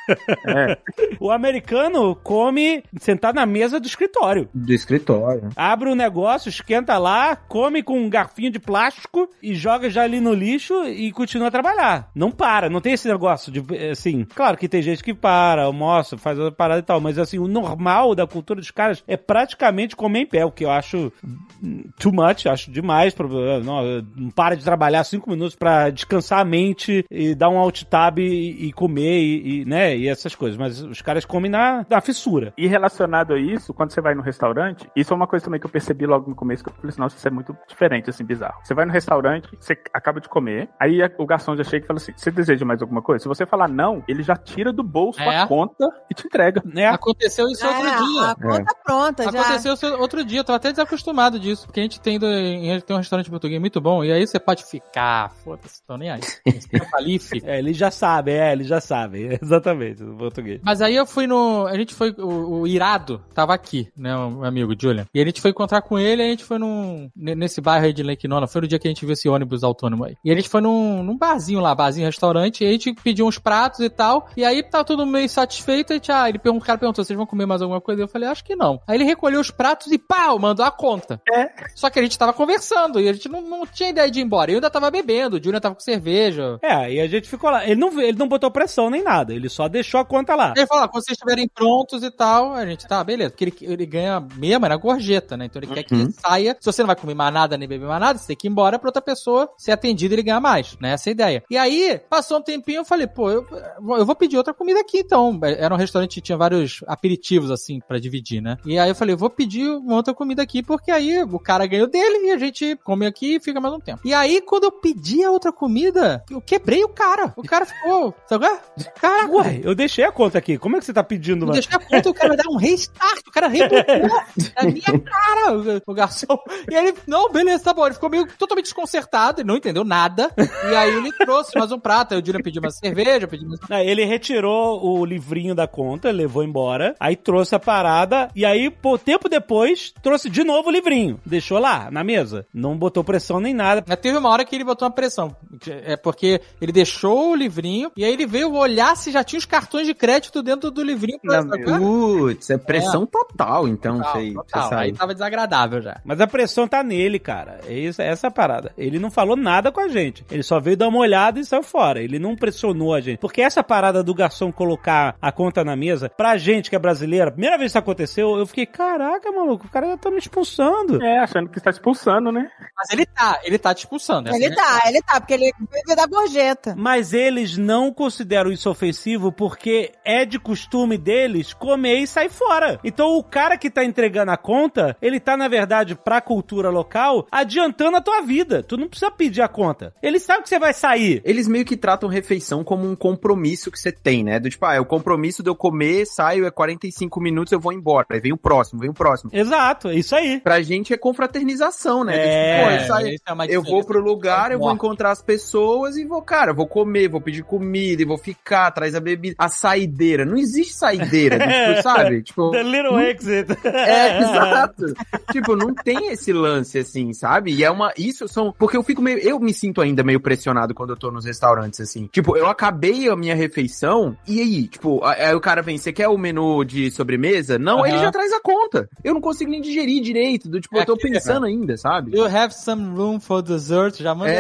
É. O americano come sentado na mesa do escritório. Do escritório. Abre um negócio, esquenta lá, come com um garfinho de plástico e joga já ali no lixo e continua a trabalhar. Não para, não tem esse negócio de, assim, claro que tem gente que para, almoça, faz outra parada e tal, mas assim, o normal da cultura dos caras é praticamente comer em pé, o que eu acho too much, acho demais. Não para de trabalhar 5 minutos pra descansar a mente e dar um alt tab e comer né, e essas coisas, mas os caras comem na fissura. E relacionado a isso, quando você vai no restaurante, isso é uma coisa também que eu percebi logo no começo, que eu falei assim, nossa, isso é muito diferente, assim, bizarro. Você vai no restaurante, você acaba de comer, aí o garçom já chega e fala assim, você deseja mais alguma coisa? Se você falar não, ele já tira do bolso a conta e te entrega. Aconteceu isso outro dia. A conta pronta já. Aconteceu isso outro dia, eu tô até desacostumado disso, porque a gente tem um restaurante português muito bom, e aí você pode ficar, foda-se, tô nem aí. Ele já sabe, exatamente, o português. Mas aí a gente foi, o Irado tava aqui, né, o meu amigo Julian, e a gente foi encontrar com ele, a gente foi nesse bairro aí de Lake Nona, foi no dia que a gente viu esse ônibus autônomo aí. E a gente foi num barzinho lá, restaurante, e a gente pediu uns pratos e tal, e aí tá todo meio satisfeito, o cara perguntou, vocês vão comer mais alguma coisa? Eu falei, acho que não. Aí ele recolheu os pratos e pau, mandou a conta. Só que a gente tava conversando, e a gente não tinha ideia de ir embora. Eu ainda tava bebendo, o Julian tava com cerveja. E a gente ficou lá. Ele não botou pressão nem nada, ele só deixou a conta lá. Ele falou, quando vocês estiverem prontos e tal, a gente, tá, beleza. Porque ele ganha mesmo, era gorjeta, né? Então ele quer que ele saia. Se você não vai comer mais nada, nem beber mais nada, você tem que ir embora pra outra pessoa ser atendida e ele ganhar mais, né? Essa é a ideia. E aí, passou um tempinho, eu falei, pô, eu vou pedir outra comida aqui, então. Era um restaurante que tinha vários aperitivos, assim, pra dividir, né? E aí eu falei, eu vou pedir uma outra comida aqui, porque aí o cara ganhou dele e a gente come aqui e fica mais um tempo. E aí, quando eu pedi a outra comida, eu quebrei o cara. O cara ficou, sabe qual é? Caraca. Ué, eu deixei a conta aqui. Como é que você tá pedindo lá? Eu deixei a conta, o cara vai dar um restart. O cara rebotou na minha cara, o garçom. E aí ele, não, beleza, tá bom. Ele ficou meio totalmente desconcertado, ele não entendeu nada. E aí ele trouxe mais um prato. Aí o Julian pediu uma cerveja, Ele retirou o livrinho da conta, levou embora, aí trouxe a parada, e aí, tempo depois, trouxe de novo o livrinho. Deixou lá, na mesa. Não botou pressão nem nada. Mas teve uma hora que ele botou uma pressão. É porque ele deixou o livrinho, e aí ele veio olhar se já tinha os cartões de crédito dentro do livrinho. Putz, é pressão total, então. Total. Aí tava desagradável já. Mas a pressão tá nele, cara. Essa é a parada. Ele não falou nada com a gente. Ele só veio dar uma olhada e saiu fora. Ele não pressionou a gente. Porque essa parada do garçom colocar a conta na mesa, pra gente que é brasileira, a primeira vez que isso aconteceu, eu fiquei, caraca, maluco, o cara já tá me expulsando. Achando que está expulsando, né? Mas ele tá te expulsando. Ele tá, porque ele vive da gorjeta. Mas eles não consideram isso ofensivo porque é de costume deles comer e sair fora. Então o cara que tá entregando a conta, ele tá, na verdade, pra cultura local, adiantando a tua vida. Tu não precisa pedir a conta. Ele sabe que você vai sair. Eles meio que tratam refeição como um compromisso que você tem, né? Do tipo, é o compromisso de eu comer, saio, é 45 minutos, eu vou embora. Aí vem o próximo. Exato, é isso aí. Pra gente é confraternização, né? Eu vou pro lugar, eu vou encontrar as pessoas e vou comer, vou pedir comida e vou ficar, traz a bebida. A saideira. Não existe saideira, tipo, sabe? Tipo, The little exit. Exato. Tipo, não tem esse lance, assim, sabe? E porque eu me sinto ainda meio pressionado quando eu tô nos restaurantes, assim. Tipo, eu acabei a minha refeição e aí, tipo, aí o cara vem, você quer o menu de sobremesa? Não, ele já traz a conta. Eu não consigo nem digerir direito, eu tô pensando ainda, sabe? You have some room for dessert, já manda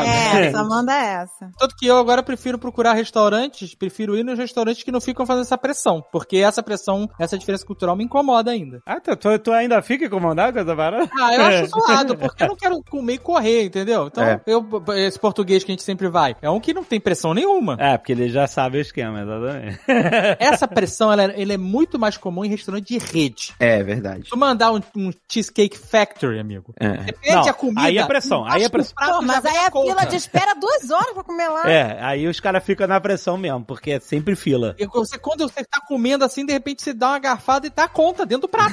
só manda essa. Tanto que eu agora prefiro procurar restaurantes, prefiro ir nos restaurantes que não ficam fazendo essa pressão, porque essa diferença cultural me incomoda ainda. Tu ainda fica incomodado com essa parada? Eu acho zoado, porque eu não quero comer e correr, entendeu? Então, esse português que a gente sempre vai, é um que não tem pressão nenhuma. Porque ele já sabe o esquema, exatamente. Essa pressão, ela é muito mais comum em restaurante de rede. É verdade. Tu mandar um Cheesecake Factory, amigo. Você pede a comida. Aí é pressão, Pô, mas aí a fila de espera 2 horas pra comer lá. lá. Aí os caras ficam na pressão mesmo, porque é sempre fila. E quando você tá comendo assim, de repente você dá uma garfada e tá a conta dentro do prato.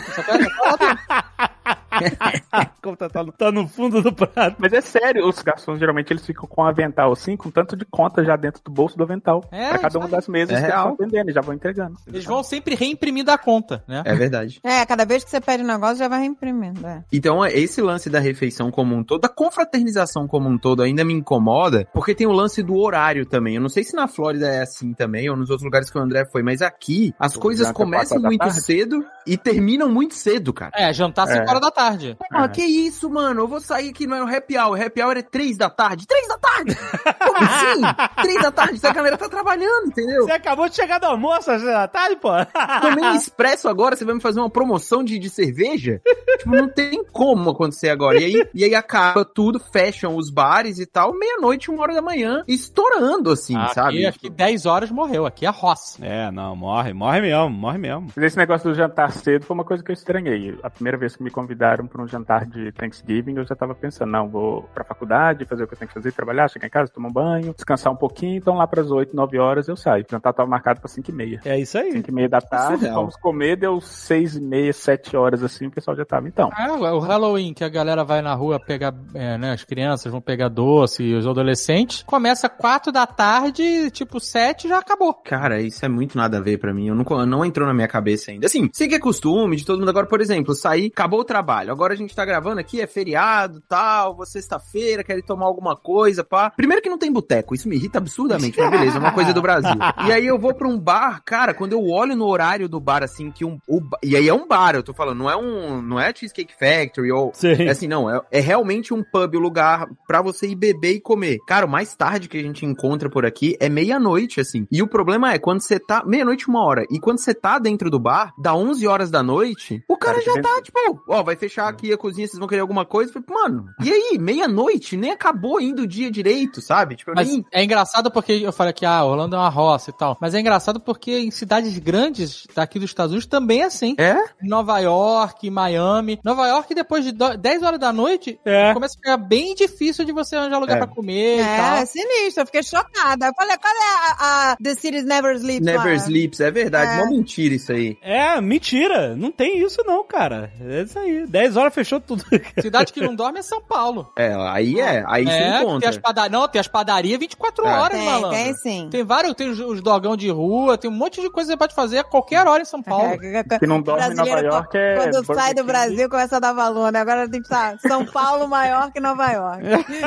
A conta tá no fundo do prato. Mas é sério, os garçons geralmente eles ficam com um avental assim, com tanto de conta já dentro do bolso do avental. Pra cada uma das mesas que eles estão atendendo, e já vão entregando. Eles vão sempre reimprimindo a conta, né? É verdade. Cada vez que você pede um negócio, já vai reimprimindo. Então, esse lance da refeição como um todo, da confraternização como um todo, ainda me incomoda, porque tem o lance do horário também. Eu não sei se na Flórida é assim também, ou nos outros lugares que o André foi, mas aqui, as coisas começam muito cedo e terminam muito cedo, cara. Jantar 5 horas da tarde. Porra, que isso, mano? Eu vou sair aqui, não é o happy hour. O happy hour é 3 da tarde. 3 da tarde? Como assim? 3 da tarde? A galera tá trabalhando, entendeu? Você acabou de chegar do almoço às 6 da tarde, pô? Tomei um expresso agora, você vai me fazer uma promoção de cerveja? Tipo, não tem como acontecer agora. E aí acaba tudo, fecham os bares e tal, meia-noite, 1h da manhã, estourando, assim, sabe? Aqui 10 horas morreu, aqui é roça. Não, morre mesmo. Mas esse negócio do jantar cedo foi uma coisa que eu estranhei. A primeira vez que me convidaram para um jantar de Thanksgiving, eu já tava pensando, não, vou pra faculdade, fazer o que eu tenho que fazer, trabalhar, chegar em casa, tomar um banho, descansar um pouquinho, então lá pras 8, 9 horas eu saio. O jantar tava marcado pra 5h30. É isso aí. 5h30 da tarde, vamos comer, deu 6h30, 7 horas assim, o pessoal já tava, então. O Halloween, que a galera vai na rua pegar, né, as crianças vão pegar doce, e os adolescentes, começa 4 da tarde, tipo 7, já acabou. Cara, isso é muito nada a ver pra mim, não entrou na minha cabeça ainda. Assim, sei que é costume de todo mundo agora, por exemplo, sair, acabou o trabalho, agora a gente tá gravando aqui, é feriado, tal, sexta-feira, quer ir tomar alguma coisa, pá. Primeiro que não tem boteco, isso me irrita absurdamente, mas beleza, é uma coisa do Brasil. E aí eu vou pra um bar, cara, quando eu olho no horário do bar, assim, que e aí é um bar, eu tô falando, não é Cheesecake Factory, ou... Sim. É assim, não, é realmente um pub, um lugar pra você ir beber e comer. Cara, o mais tarde que a gente encontra por aqui é meia-noite, assim. E o problema é, quando você tá, meia-noite, 1h, e quando você tá dentro do bar, dá 11 horas da noite, o cara já tá, tipo, vai fechar aqui a cozinha, vocês vão querer alguma coisa? Mano, e aí, meia-noite, nem acabou ainda o dia direito, sabe? Tipo, mas é engraçado porque eu falei que Orlando é uma roça e tal, mas é engraçado porque em cidades grandes daqui dos Estados Unidos também é assim. Nova York, Miami. Nova York, depois de 10 horas da noite, começa a ficar bem difícil de você arranjar lugar pra comer e tal. É sinistro, eu fiquei chocada. Eu falei, qual é a The Cities Never Sleeps? Never Sleeps, é verdade, uma mentira isso aí. Mentira, não tem isso não, cara. É isso aí, 10 horas fechou tudo. Cidade que não dorme é São Paulo. Aí você encontra. Tem as padarias 24 horas, malandro. Tem sim. Tem vários, tem os dogão de rua, tem um monte de coisa que você pode fazer a qualquer hora em São Paulo. Que não dorme em Nova York quando sai do Brasil, começa a dar valor, né? Agora tem que estar São Paulo maior que Nova York.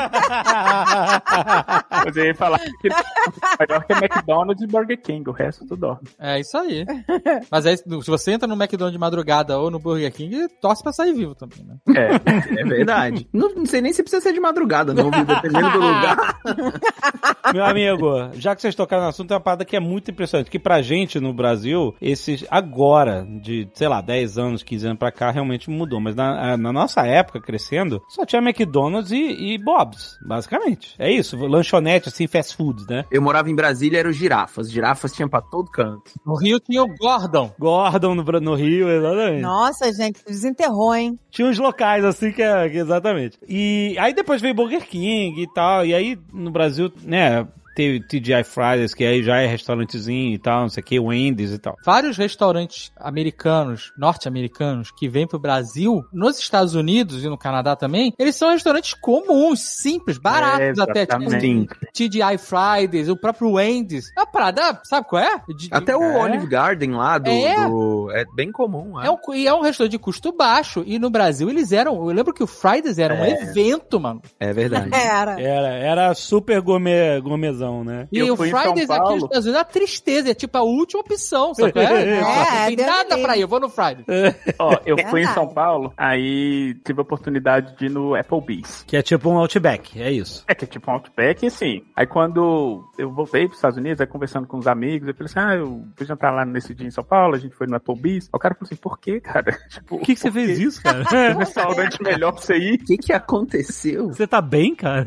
Mas eu ia falar que Nova York é McDonald's e Burger King, o resto tu dorme. É isso aí. Mas aí, se você entra no McDonald's de madrugada ou no Burger King, torce pra sair vivo também, né? É verdade. Não sei nem se precisa ser de madrugada, não, viu? Dependendo do lugar. Meu amigo, já que vocês tocaram no assunto, tem uma parada que é muito impressionante, que pra gente no Brasil, esses agora, de, sei lá, 10 anos, 15 anos pra cá, realmente mudou. Mas na nossa época, crescendo, só tinha McDonald's e Bob's, basicamente. É isso, lanchonete, assim, fast food, né? Eu morava em Brasília, eram girafas. Girafas tinham pra todo canto. No Rio tinha o Gordon. Gordon no Rio, exatamente. Nossa, gente, desenterrou, hein? Tinha uns locais, assim, que exatamente. E aí depois veio Burger King e tal, e aí no Brasil, né... Teve TGI Fridays, que aí já é restaurantezinho e tal, não sei o que, Wendy's e tal. Vários restaurantes americanos, norte-americanos, que vêm pro Brasil, nos Estados Unidos e no Canadá também, eles são restaurantes comuns, simples, baratos até. Tipo, TGI Fridays, o próprio Wendy's. É uma parada, sabe qual é? Até o Olive Garden lá é bem comum. É um restaurante de custo baixo, e no Brasil eles eram, eu lembro que o Fridays era um evento, mano. É verdade. Era super gourmetzão. Né? E o Fridays aqui nos Estados Unidos é uma tristeza, é tipo a última opção, sabe? Não tem nada pra ir, eu vou no Fridays. Eu fui em São Paulo, aí tive a oportunidade de ir no Applebee's. Que é tipo um Outback, é isso. Que é tipo um Outback, e assim, aí quando eu voltei pros Estados Unidos, aí conversando com os amigos, eu falei assim, eu fui jantar lá nesse dia em São Paulo, a gente foi no Applebee's, o cara falou assim, por quê, cara? Tipo, por que você fez isso, cara? Um restaurante melhor pra você ir. O que aconteceu? Você tá bem, cara?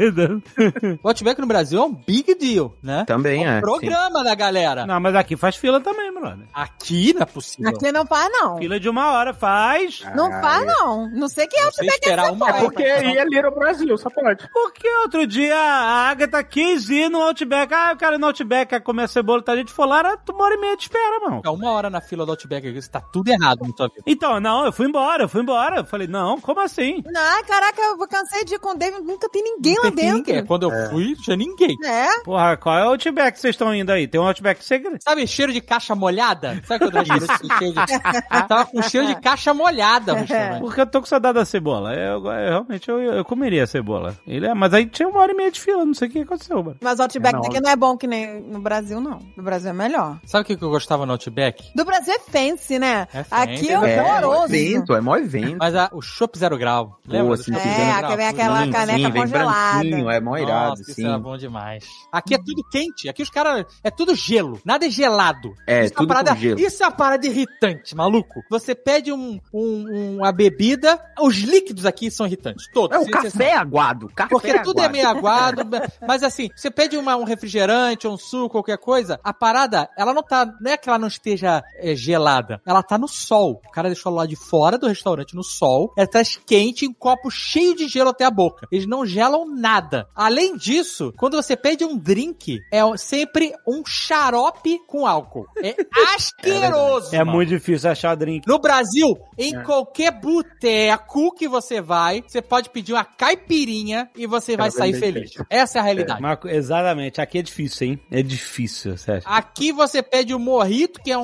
O Outback no Brasil é um big deal, né? Também programa da galera. Não, mas aqui faz fila também, brother. Aqui não é possível. Aqui não faz, não. Fila de 1 hora, faz. Não faz, não. Não sei quem é o Você Outback esperar uma hora. Porque aí é Little Brasil, só pode. Porque outro dia a Agatha quis ir no Outback. Ah, eu quero ir no Outback, quer comer a cebola, tá? A gente foi lá, era 1h30 de espera, mano. Ficar 1 hora na fila do Outback aqui, você tá tudo errado na tua vida. Então, não, eu fui embora. Eu falei, não, como assim? Não, caraca, eu cansei de ir com o David, nunca tem ninguém lá dentro. Quando eu fui, tinha ninguém. É. Porra, qual é o Outback que vocês estão indo aí? Tem um Outback segredo? Sabe cheiro de caixa molhada? Sabe quando eu cheiro de... Tava com cheiro de caixa molhada o restaurante. Porque eu tô com saudade da cebola. Eu realmente eu comeria a cebola. Mas aí tinha 1h30 de fila, não sei o que aconteceu, mano. Mas o Outback daqui não é bom que nem no Brasil, não. No Brasil é melhor. Sabe o que eu gostava no Outback? Do Brasil é fancy, né? É fancy. Aqui é horroroso. É mó evento. Mas o Chopp Zero Grau. Lembra? Boa, sim, do Chopp sim. Zero É, Grau? aqui vem aquela Sim, caneca vem congelada. branquinho, é mó irado, Nossa, sim. isso era bom demais. Aqui é tudo quente. Aqui os caras... É tudo gelo. Nada é gelado. É, isso tudo com gelo. Isso é uma parada irritante, maluco. Você pede uma bebida... Os líquidos aqui são irritantes. Todos. O café é aguado. Porque tudo é meio aguado. Mas assim, você pede um refrigerante, um suco, qualquer coisa, a parada, ela não tá... Não é que ela não esteja gelada. Ela tá no sol. O cara deixou lá de fora do restaurante no sol. Ela tá quente, em um copo cheio de gelo até a boca. Eles não gelam nada. Além disso, quando você pede um drink, é sempre um xarope com álcool. É asqueroso. É muito difícil achar drink. No Brasil, em qualquer boteco que você vai, você pode pedir uma caipirinha e você vai sair feliz. Essa é a realidade. Exatamente. Aqui é difícil, hein? É difícil, sério. Aqui você pede o mojito, que é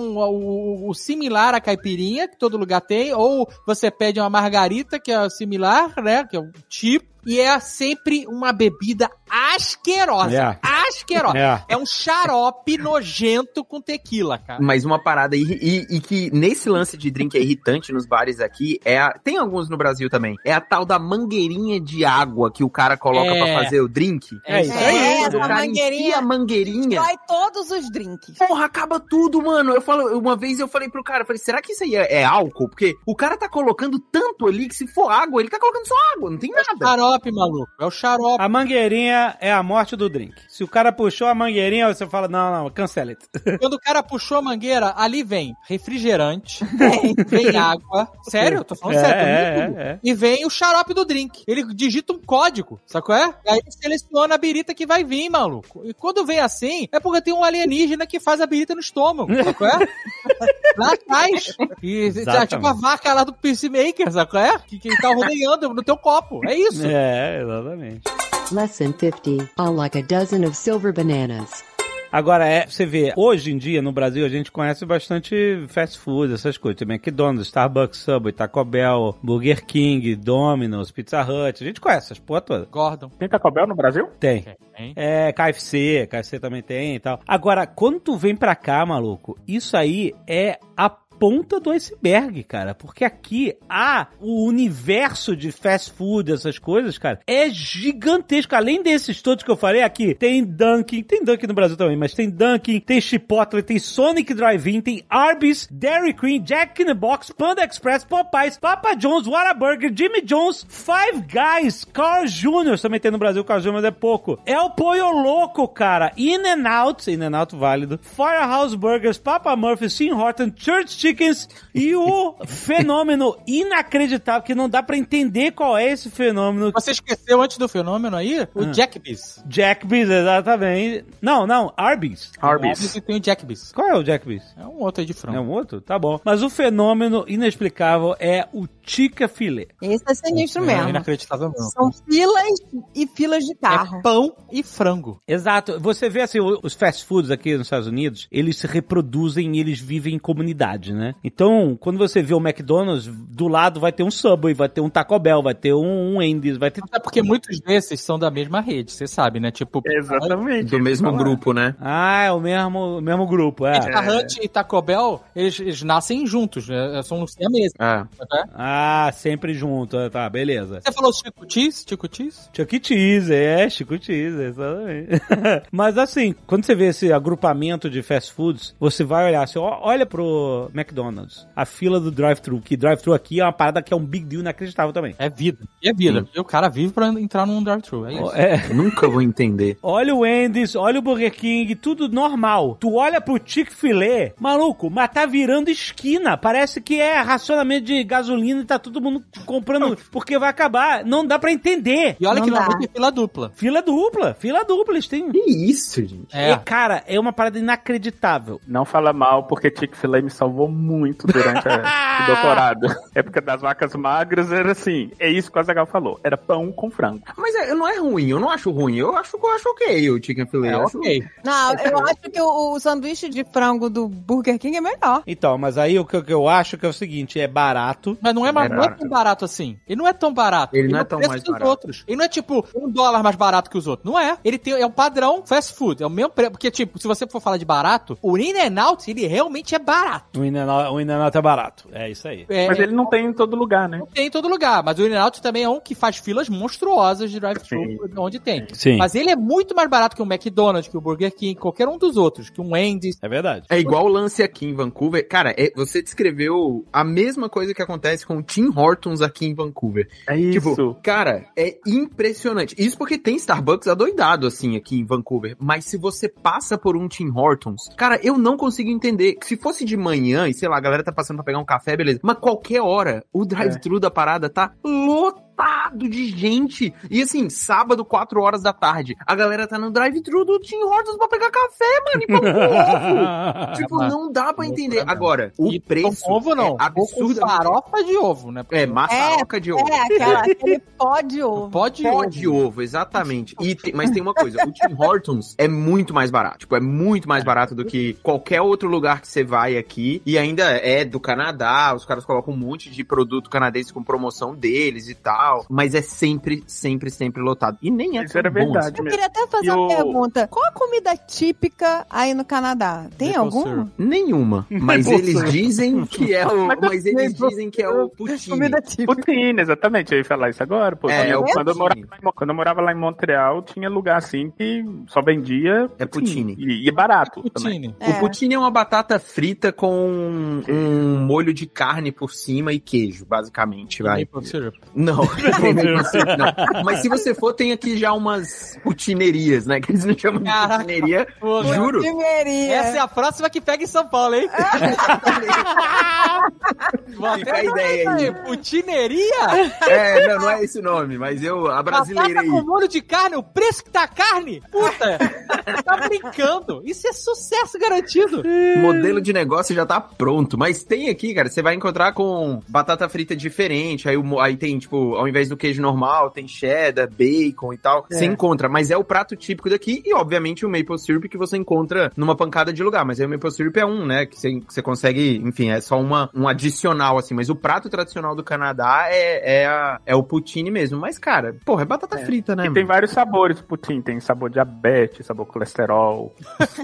o similar à caipirinha, que todo lugar tem, ou você pede uma margarita, que é similar, né? Que é o tipo. E é sempre uma bebida asquerosa. Asquerosa. É um xarope nojento com tequila, cara. Mas uma parada e que nesse lance de drink é irritante nos bares aqui, tem alguns no Brasil também, é a tal da mangueirinha de água que o cara coloca pra fazer o drink. É isso aí. Essa mangueirinha. A mangueirinha. Dói todos os drinks. Porra, acaba tudo, mano. Uma vez eu falei pro cara, será que isso aí é álcool? Porque o cara tá colocando tanto ali que se for água, ele tá colocando só água, não tem nada. Maluco. É o xarope. A mangueirinha é a morte do drink. Se o cara puxou a mangueirinha, você fala, não, cancela it. Quando o cara puxou a mangueira, ali vem refrigerante, vem água. Sério? Eu tô falando sério. E vem o xarope do drink. Ele digita um código, sabe qual é? E aí ele seleciona a birita que vai vir, maluco. E quando vem assim, é porque tem um alienígena que faz a birita no estômago, sabe qual é? Lá atrás. E tipo a vaca lá do Peacemaker, sabe qual é? Que tá rodeando no teu copo. É isso. Exatamente. Lesson 50. Unlock a dozen of silver bananas. Agora, você vê, hoje em dia no Brasil a gente conhece bastante fast food, essas coisas. Tem McDonald's, Starbucks, Subway, Taco Bell, Burger King, Domino's, Pizza Hut. A gente conhece essas porra toda. Gordon. Tem Taco Bell no Brasil? Tem. KFC também tem e tal. Agora, quando tu vem pra cá, maluco, isso aí é a ponta do iceberg, cara, porque aqui o universo de fast food, essas coisas, cara, é gigantesco. Além desses todos que eu falei aqui, tem Dunkin' no Brasil também, mas tem Dunkin', tem Chipotle, tem Sonic Drive-In, tem Arby's, Dairy Queen, Jack in the Box, Panda Express, Popeyes, Papa John's, Whataburger, Jimmy John's, Five Guys, Carl Jr. também tem no Brasil, Carl Jr. mas é pouco. É o Pollo Loco, cara, In-N-Out válido, Firehouse Burgers, Papa Murphy's, Tim Hortons, Church Chickens e o fenômeno inacreditável, que não dá pra entender qual é esse fenômeno. Você esqueceu antes do fenômeno aí? O Jackbees. Jackbees, exatamente. Não, Arby's. Arby's e tem o Jackbees. Qual é o Jackbees? É um outro aí de frango. É um outro? Tá bom. Mas o fenômeno inexplicável é o Chick-fil-A. Esse é sinistro mesmo. É inacreditável mesmo. São filas e filas de carro. É pão e frango. Exato. Você vê assim, os fast foods aqui nos Estados Unidos, eles se reproduzem e eles vivem em comunidade, né? Então, quando você vê o McDonald's, do lado vai ter um Subway, vai ter um Taco Bell, vai ter um Wendy's, vai ter... É porque muitos desses são da mesma rede, você sabe, né? Tipo... Exatamente. Do mesmo grupo, né? É o mesmo grupo, é. Pizza Hut e Taco Bell, eles nascem juntos, né? São siameses. Sempre junto, tá, beleza. Você falou Chico Cheese? Chuck E. Cheese, Chico Cheese, exatamente. Mas assim, quando você vê esse agrupamento de fast foods, você vai olhar assim, olha pro McDonald's. A fila do drive-thru, que drive-thru aqui é uma parada que é um big deal inacreditável também. É vida. É vida. E o cara vive pra entrar num drive-thru. É isso. Nunca vou entender. Olha o Wendy's, olha o Burger King, tudo normal. Tu olha pro Chick-fil-A, maluco, mas tá virando esquina. Parece que é racionamento de gasolina e tá todo mundo comprando porque vai acabar. Não dá pra entender. E olha Não que dá. normalmente é fila dupla. Fila dupla, eles têm... Que isso, gente? É, cara, é uma parada inacreditável. Não fala mal, porque Chick-fil-A me salvou muito durante o doutorado. Época das vacas magras era assim, é isso que o Azaghal falou, era pão com frango. Mas não é ruim, eu não acho ruim. Eu acho ok o Chicken Filet. É ok. Não, eu acho que o sanduíche de frango do Burger King é melhor. Então, mas aí o que eu acho que é o seguinte, é barato. Mas não é tão barato assim. Ele não é tão barato. Ele não é tão mais barato. Outros. Ele não é tipo $1 mais barato que os outros. Não é. Ele é um padrão fast food. É o mesmo preço. Porque, tipo, se você for falar de barato, o In-N-Out, ele realmente é barato. O In-N-Out é barato. É isso aí. Mas ele não tem em todo lugar, né? Não tem em todo lugar. Mas o In-N-Out também é um que faz filas monstruosas de drive-thru onde tem. Sim. Mas ele é muito mais barato que o McDonald's, que o Burger King, qualquer um dos outros, que um Wendy's. É verdade. É igual o lance aqui em Vancouver. Cara, você descreveu a mesma coisa que acontece com o Tim Hortons aqui em Vancouver. É isso. Tipo, cara, é impressionante. Isso porque tem Starbucks adoidado, assim, aqui em Vancouver. Mas se você passa por um Tim Hortons, cara, eu não consigo entender. Se fosse de manhã e, sei lá, a galera tá passando pra pegar um café, beleza. Mas qualquer hora, o drive-thru da parada tá lotado de gente. E assim, sábado, 4 horas da tarde, a galera tá no drive-thru do Tim Hortons pra pegar café, mano, e pão com ovo. Tipo, não dá pra entender. Agora, o preço ovo não. é absurdo. Farofa de ovo, né? É, maçaroca de ovo. Aquele pó de ovo. Pó de Pó ovo. de ovo, exatamente. Mas tem uma coisa, o Tim Hortons é muito mais barato. Tipo, é muito mais barato do que qualquer outro lugar que você vai aqui. E ainda é do Canadá, os caras colocam um monte de produto canadense com promoção deles e tal. Mas é sempre lotado. E nem é Isso tão era bom verdade assim. Eu mesmo. queria até fazer uma pergunta. Qual a comida típica aí no Canadá? Tem Maple alguma? syrup. Nenhuma. Mas eles dizem que é o... Mas eles dizem que é o poutine. Comida típica. Poutine, exatamente. Eu ia falar isso agora. Pô, É, o quando poutine. eu morava lá em Montreal, tinha lugar assim que só vendia É poutine. E é barato também. Poutine. O poutine é uma batata frita com um molho de carne por cima e queijo, basicamente, vai. Maple syrup. Não, não. Mas se você for, tem aqui já umas poutinerias, né? Que eles não chamam de Caraca, poutineria. porra. Juro. Primeria. Essa é a próxima que pega em São Paulo, hein? Fica a ideia aí. Poutineria? Não é esse o nome, mas eu abrasileirei. Batata com molho de carne, o preço que tá a carne? Puta, tá brincando. Isso é sucesso garantido. O modelo de negócio já tá pronto. Mas tem aqui, cara, você vai encontrar com batata frita diferente. Aí tem, tipo, ao invés do queijo normal, tem cheddar, bacon e tal. Você encontra, mas é o prato típico daqui. E, obviamente, o maple syrup que você encontra numa pancada de lugar. Mas aí o maple syrup é né? Que você consegue, enfim, é só um adicional, assim. Mas o prato tradicional do Canadá é o poutine mesmo. Mas, cara, porra, é batata frita, né? E tem vários sabores de poutine. Tem sabor diabetes, sabor colesterol.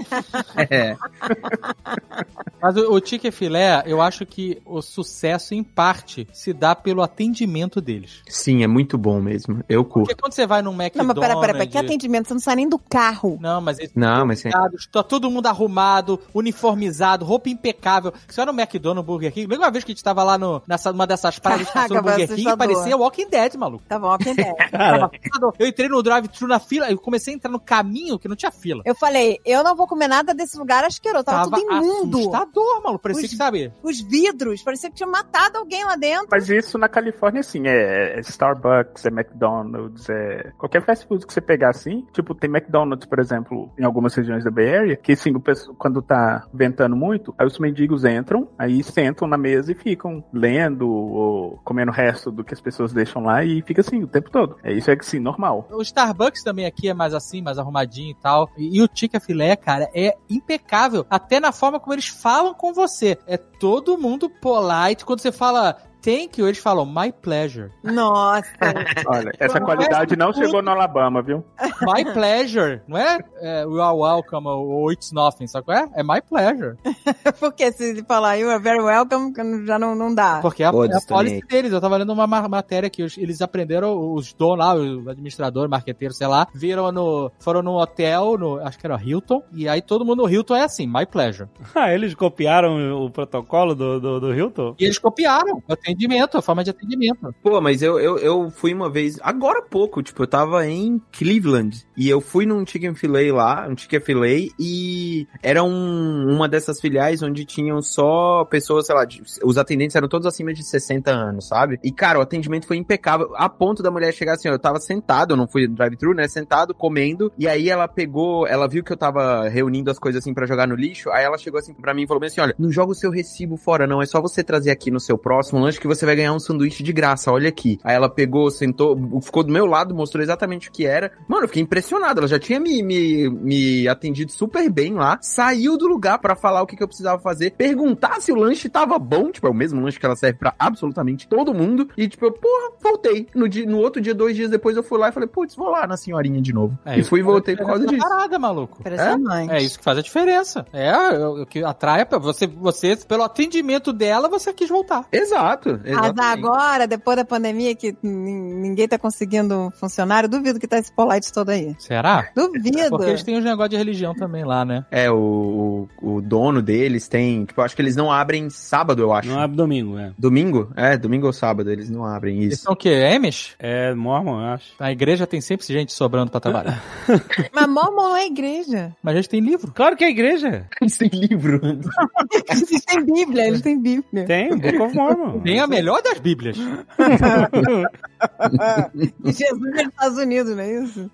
Mas o Chicken Filé, eu acho que o sucesso, em parte, se dá pelo atendimento deles. Sim, é muito bom mesmo. Eu curto. Porque quando você vai num Não, McDonald's... mas pera. Que atendimento? Você não sai nem do carro. Não, mas... Não, mas sim. Tá todo mundo arrumado, uniformizado, roupa impecável. Você vai no McDonald's, Burger King... Lembra uma vez que a gente tava lá numa dessas praias de estação do Caraca, Burger King e parecia Walking Dead, maluco. Tá bom, entendeu. Eu entrei no drive-thru na fila, eu comecei a entrar no caminho que não tinha fila. Eu falei, eu não vou comer nada desse lugar asqueroso. Tava tudo imundo. Assustador, maluco. Parecia que, sabe... Os vidros, parecia que tinha matado alguém lá dentro. Mas isso na Califórnia, assim, é Starbucks, é McDonald's, é... Qualquer fast food que você pegar, assim, tipo, tem McDonald's, por exemplo, em algumas regiões da Bay Area, que, assim, quando tá ventando muito, aí os mendigos entram, aí sentam na mesa e ficam lendo ou comendo o resto do que as pessoas deixam lá e fica assim o tempo todo. Isso é, assim, normal. O Starbucks também aqui é mais assim, mais arrumadinho e tal. E o Chicken Filé, cara, é impecável. Até na forma como eles falam com você. É todo mundo polite. Quando você fala Thank you, eles falam my pleasure. Nossa. Olha, essa qualidade não chegou no Alabama, viu? My pleasure, não é we are welcome ou it's nothing, sabe qual é? É my pleasure. Porque se ele falar you are very welcome, já não dá. Porque é a policy deles. Eu tava lendo uma matéria que eles aprenderam, os donos lá, o administrador, marqueteiro, sei lá, foram no hotel, acho que era Hilton, e aí todo mundo no Hilton é assim, my pleasure. Eles copiaram o protocolo do Hilton? E eles copiaram o atendimento, a forma de atendimento. Pô, mas eu fui uma vez, agora há pouco, tipo, eu tava em Cleveland, e eu fui num chicken filet lá, e era uma dessas filiais onde tinham só pessoas, sei lá, os atendentes eram todos acima de 60 anos, sabe? E, cara, o atendimento foi impecável, a ponto da mulher chegar assim, ó, eu tava sentado, eu não fui no drive-thru, né, sentado, comendo, e aí ela viu que eu tava reunindo as coisas assim pra jogar no lixo, aí ela chegou assim pra mim e falou bem assim, olha, não joga o seu recibo fora não, é só você trazer aqui no seu próximo lanche que você vai ganhar um sanduíche de graça, olha aqui. Aí ela pegou, sentou, ficou do meu lado, mostrou exatamente o que era. Mano, eu fiquei impressionado, ela já tinha me atendido super bem lá, saiu do lugar pra falar o que eu precisava fazer, perguntar se o lanche tava bom, tipo, é o mesmo lanche que ela serve pra absolutamente todo mundo, e tipo, eu, porra, voltei. No outro dia, 2 dias depois, eu fui lá e falei, putz, vou lá na senhorinha de novo. E fui e voltei por causa disso. Parada, maluco. É isso que faz a diferença. O que atrai você, pelo atendimento dela, você quis voltar. Exato. Mas agora, depois da pandemia, que ninguém tá conseguindo funcionário, duvido que tá esse polite todo aí. Será? Duvido. Porque eles têm um negócio de religião também lá, né? O dono deles tem, tipo, acho que eles não abrem sábado, eu acho. Não abre domingo, é. Domingo? Domingo ou sábado, eles não abrem isso. Eles são o quê? Amish? É, Mormon, eu acho. A igreja tem sempre gente sobrando pra trabalhar. Mas Mormon não é igreja. Mas eles têm livro. Claro que é igreja. Eles têm livro. Eles têm Bíblia, Tem, Book of Mormon. Tem a melhor das Bíblias. Jesus nos Estados Unidos, não é isso?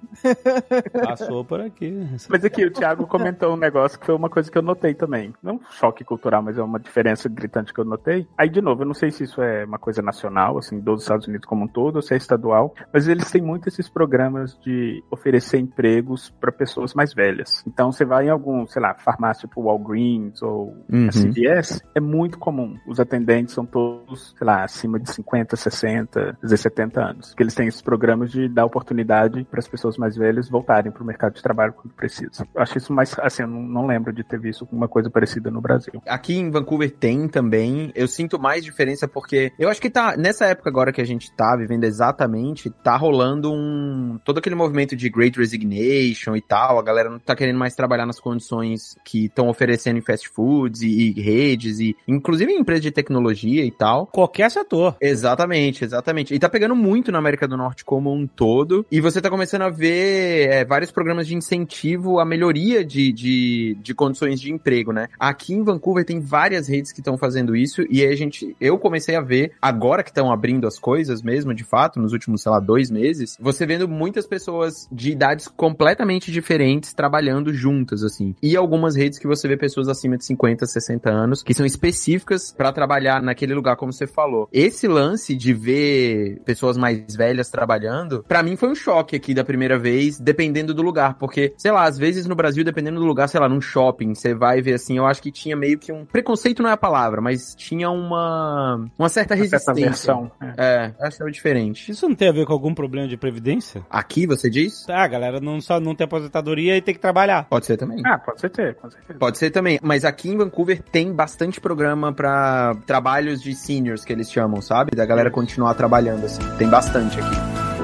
Passou por aqui. Mas aqui, o Thiago comentou um negócio que foi uma coisa que eu notei também. Não um choque cultural, mas é uma diferença gritante que eu notei. Aí, de novo, eu não sei se isso é uma coisa nacional, assim, dos Estados Unidos como um todo, ou se é estadual, mas eles têm muito esses programas de oferecer empregos para pessoas mais velhas. Então, você vai em algum, sei lá, farmácia tipo Walgreens ou CVS, é muito comum. Os atendentes são todos, sei lá, acima de 50, 60, 70 anos. Porque eles têm esses programas de dar oportunidade para as pessoas mais velhas voltarem para o mercado de trabalho quando precisam. Eu acho isso mais, assim, eu não lembro de ter visto uma coisa parecida no Brasil. Aqui em Vancouver tem também. Eu sinto mais diferença porque eu acho que nessa época agora que a gente tá vivendo exatamente, tá rolando todo aquele movimento de Great Resignation e tal. A galera não tá querendo mais trabalhar nas condições que estão oferecendo em fast foods e redes e inclusive em empresas de tecnologia e tal. Qualquer setor. Exatamente. E tá pegando muito na América do Norte como um todo. E você tá começando a ver vários programas de incentivo à melhoria de condições de emprego, né? Aqui em Vancouver tem várias redes que estão fazendo isso e eu comecei a ver, agora que estão abrindo as coisas mesmo, de fato, nos últimos, sei lá, 2 meses, você vendo muitas pessoas de idades completamente diferentes trabalhando juntas, assim. E algumas redes que você vê pessoas acima de 50, 60 anos, que são específicas pra trabalhar naquele lugar, como você falou. Esse lance de ver pessoas mais velhas trabalhando, pra mim foi um choque aqui da primeira vez, dependendo do lugar, porque, sei lá, às vezes no Brasil, dependendo do lugar, sei lá, num shopping, você vai ver assim, eu acho que tinha meio que preconceito não é a palavra, mas tinha uma certa resistência. Versão, acho que é diferente. Isso não tem a ver com algum problema de previdência? Aqui, você diz? A galera não tem aposentadoria e tem que trabalhar. Pode ser também. Pode ser, com certeza. Pode ser também, mas aqui em Vancouver tem bastante programa pra trabalhos de seniors, que eles chamam, sabe? Da galera continuar trabalhando, assim. Tem bastante aqui.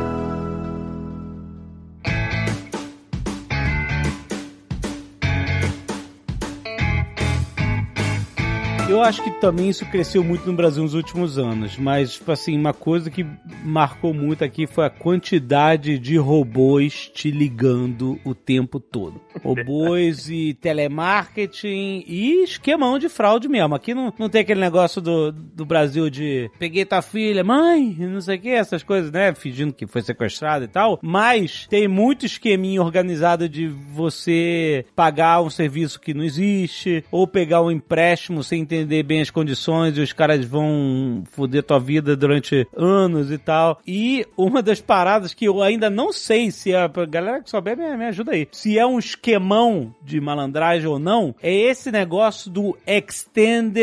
Eu acho que também isso cresceu muito no Brasil nos últimos anos, mas, tipo assim, uma coisa que marcou muito aqui foi a quantidade de robôs te ligando o tempo todo. Robôs e telemarketing e esquemão de fraude mesmo. Aqui não tem aquele negócio do Brasil de peguei tua filha, mãe, não sei o que, essas coisas, né? Fingindo que foi sequestrado e tal. Mas tem muito esqueminha organizado de você pagar um serviço que não existe, ou pegar um empréstimo sem entender bem as condições e os caras vão foder tua vida durante anos e tal. E uma das paradas que eu ainda não sei se a galera que souber me ajuda aí, se é um esquemão de malandragem ou não, é esse negócio do Extended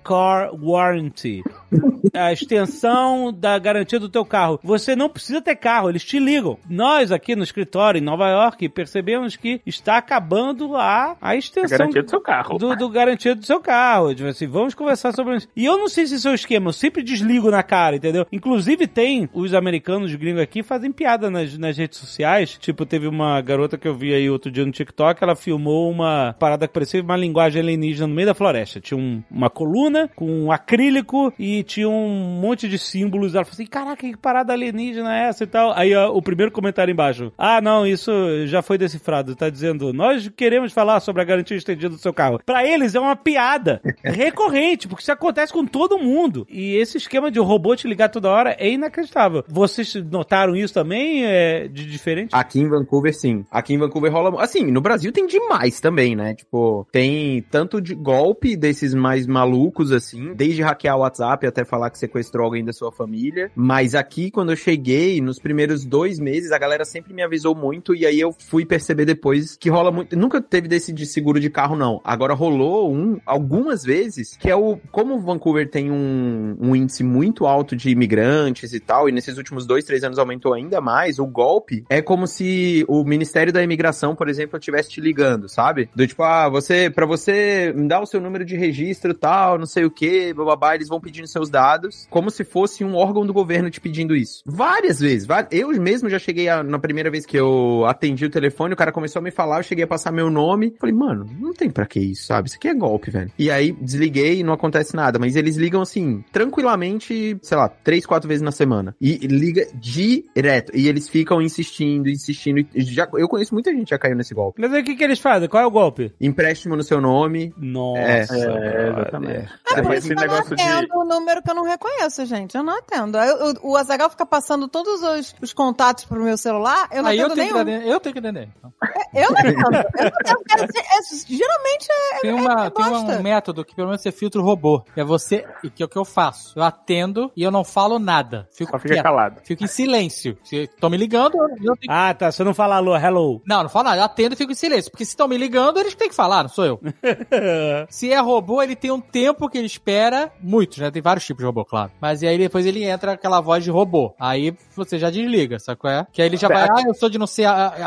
car warranty. A extensão da garantia do teu carro. Você não precisa ter carro, eles te ligam. Nós aqui no escritório em Nova York percebemos que está acabando a extensão... A garantia do seu carro. Do garantia do seu carro. Tipo assim, vamos conversar sobre isso. E eu não sei se isso é o esquema, eu sempre desligo na cara, entendeu? Inclusive tem os americanos gringos aqui fazem piada nas redes sociais. Tipo, teve uma garota que eu vi aí outro dia no TikTok, ela filmou uma parada que parecia uma linguagem alienígena no meio da floresta. Tinha uma coluna com um acrílico e tinha um monte de símbolos. Ela falou assim, caraca, que parada alienígena é essa e tal? Aí o primeiro comentário embaixo, não, isso já foi decifrado, tá dizendo, nós queremos falar sobre a garantia estendida do seu carro. Pra eles é uma piada recorrente, porque isso acontece com todo mundo. E esse esquema de o robô te ligar toda hora é inacreditável. Vocês notaram isso também, de diferente? Aqui em Vancouver, sim. Aqui em Vancouver rola... Assim, no Brasil tem demais também, né? Tipo, tem tanto de golpe desses mais malucos, assim, desde hackear o WhatsApp até falar que sequestrou alguém da sua família. Mas aqui, quando eu cheguei, nos primeiros 2 meses, a galera sempre me avisou muito e aí eu fui perceber depois que rola muito... Nunca teve desse de seguro de carro, não. Agora rolou algumas vezes, que é como Vancouver tem um índice muito alto de imigrantes e tal, e nesses últimos 2-3 anos aumentou ainda mais, o golpe é como se o Ministério da Imigração, por exemplo, estivesse te ligando, sabe? Do tipo, pra você me dar o seu número de registro tal, não sei o que, bababá, eles vão pedindo seus dados, como se fosse um órgão do governo te pedindo isso. Várias vezes. Eu mesmo já cheguei na primeira vez que eu atendi o telefone, o cara começou a me falar, eu cheguei a passar meu nome, falei, mano, não tem pra que isso, sabe? Isso aqui é golpe, velho. E aí, desliguei e não acontece nada, mas eles ligam assim, tranquilamente, sei lá, 3-4 vezes na semana. E liga direto. E eles ficam insistindo. Eu conheço muita gente que já caiu nesse golpe. Mas aí o que eles fazem? Qual é o golpe? Empréstimo no seu nome. Nossa. Exatamente. Mas esse negócio eu não atendo o número que eu não reconheço, gente. Eu não atendo. O Azaghal fica passando todos os contatos pro meu celular, eu não atendo nenhum. Eu tenho que atender. Então. Eu não atendo. Geralmente tem um método que pelo menos você filtra o robô. Que é você, que é o que eu faço. Eu atendo e eu não falo nada. Só fica calado. Fico em silêncio. Se estão me ligando, eu tenho... Tá. Você não fala alô, hello. Não falo nada. Eu atendo e fico em silêncio. Porque se estão me ligando, eles têm que falar, não sou eu. Se é robô, ele tem um tempo que ele espera. Muitos, né? Tem vários tipos de robô, claro. Mas e aí depois ele entra aquela voz de robô. Aí você já desliga, sabe qual é? Que aí ele já vai, eu sou de não sei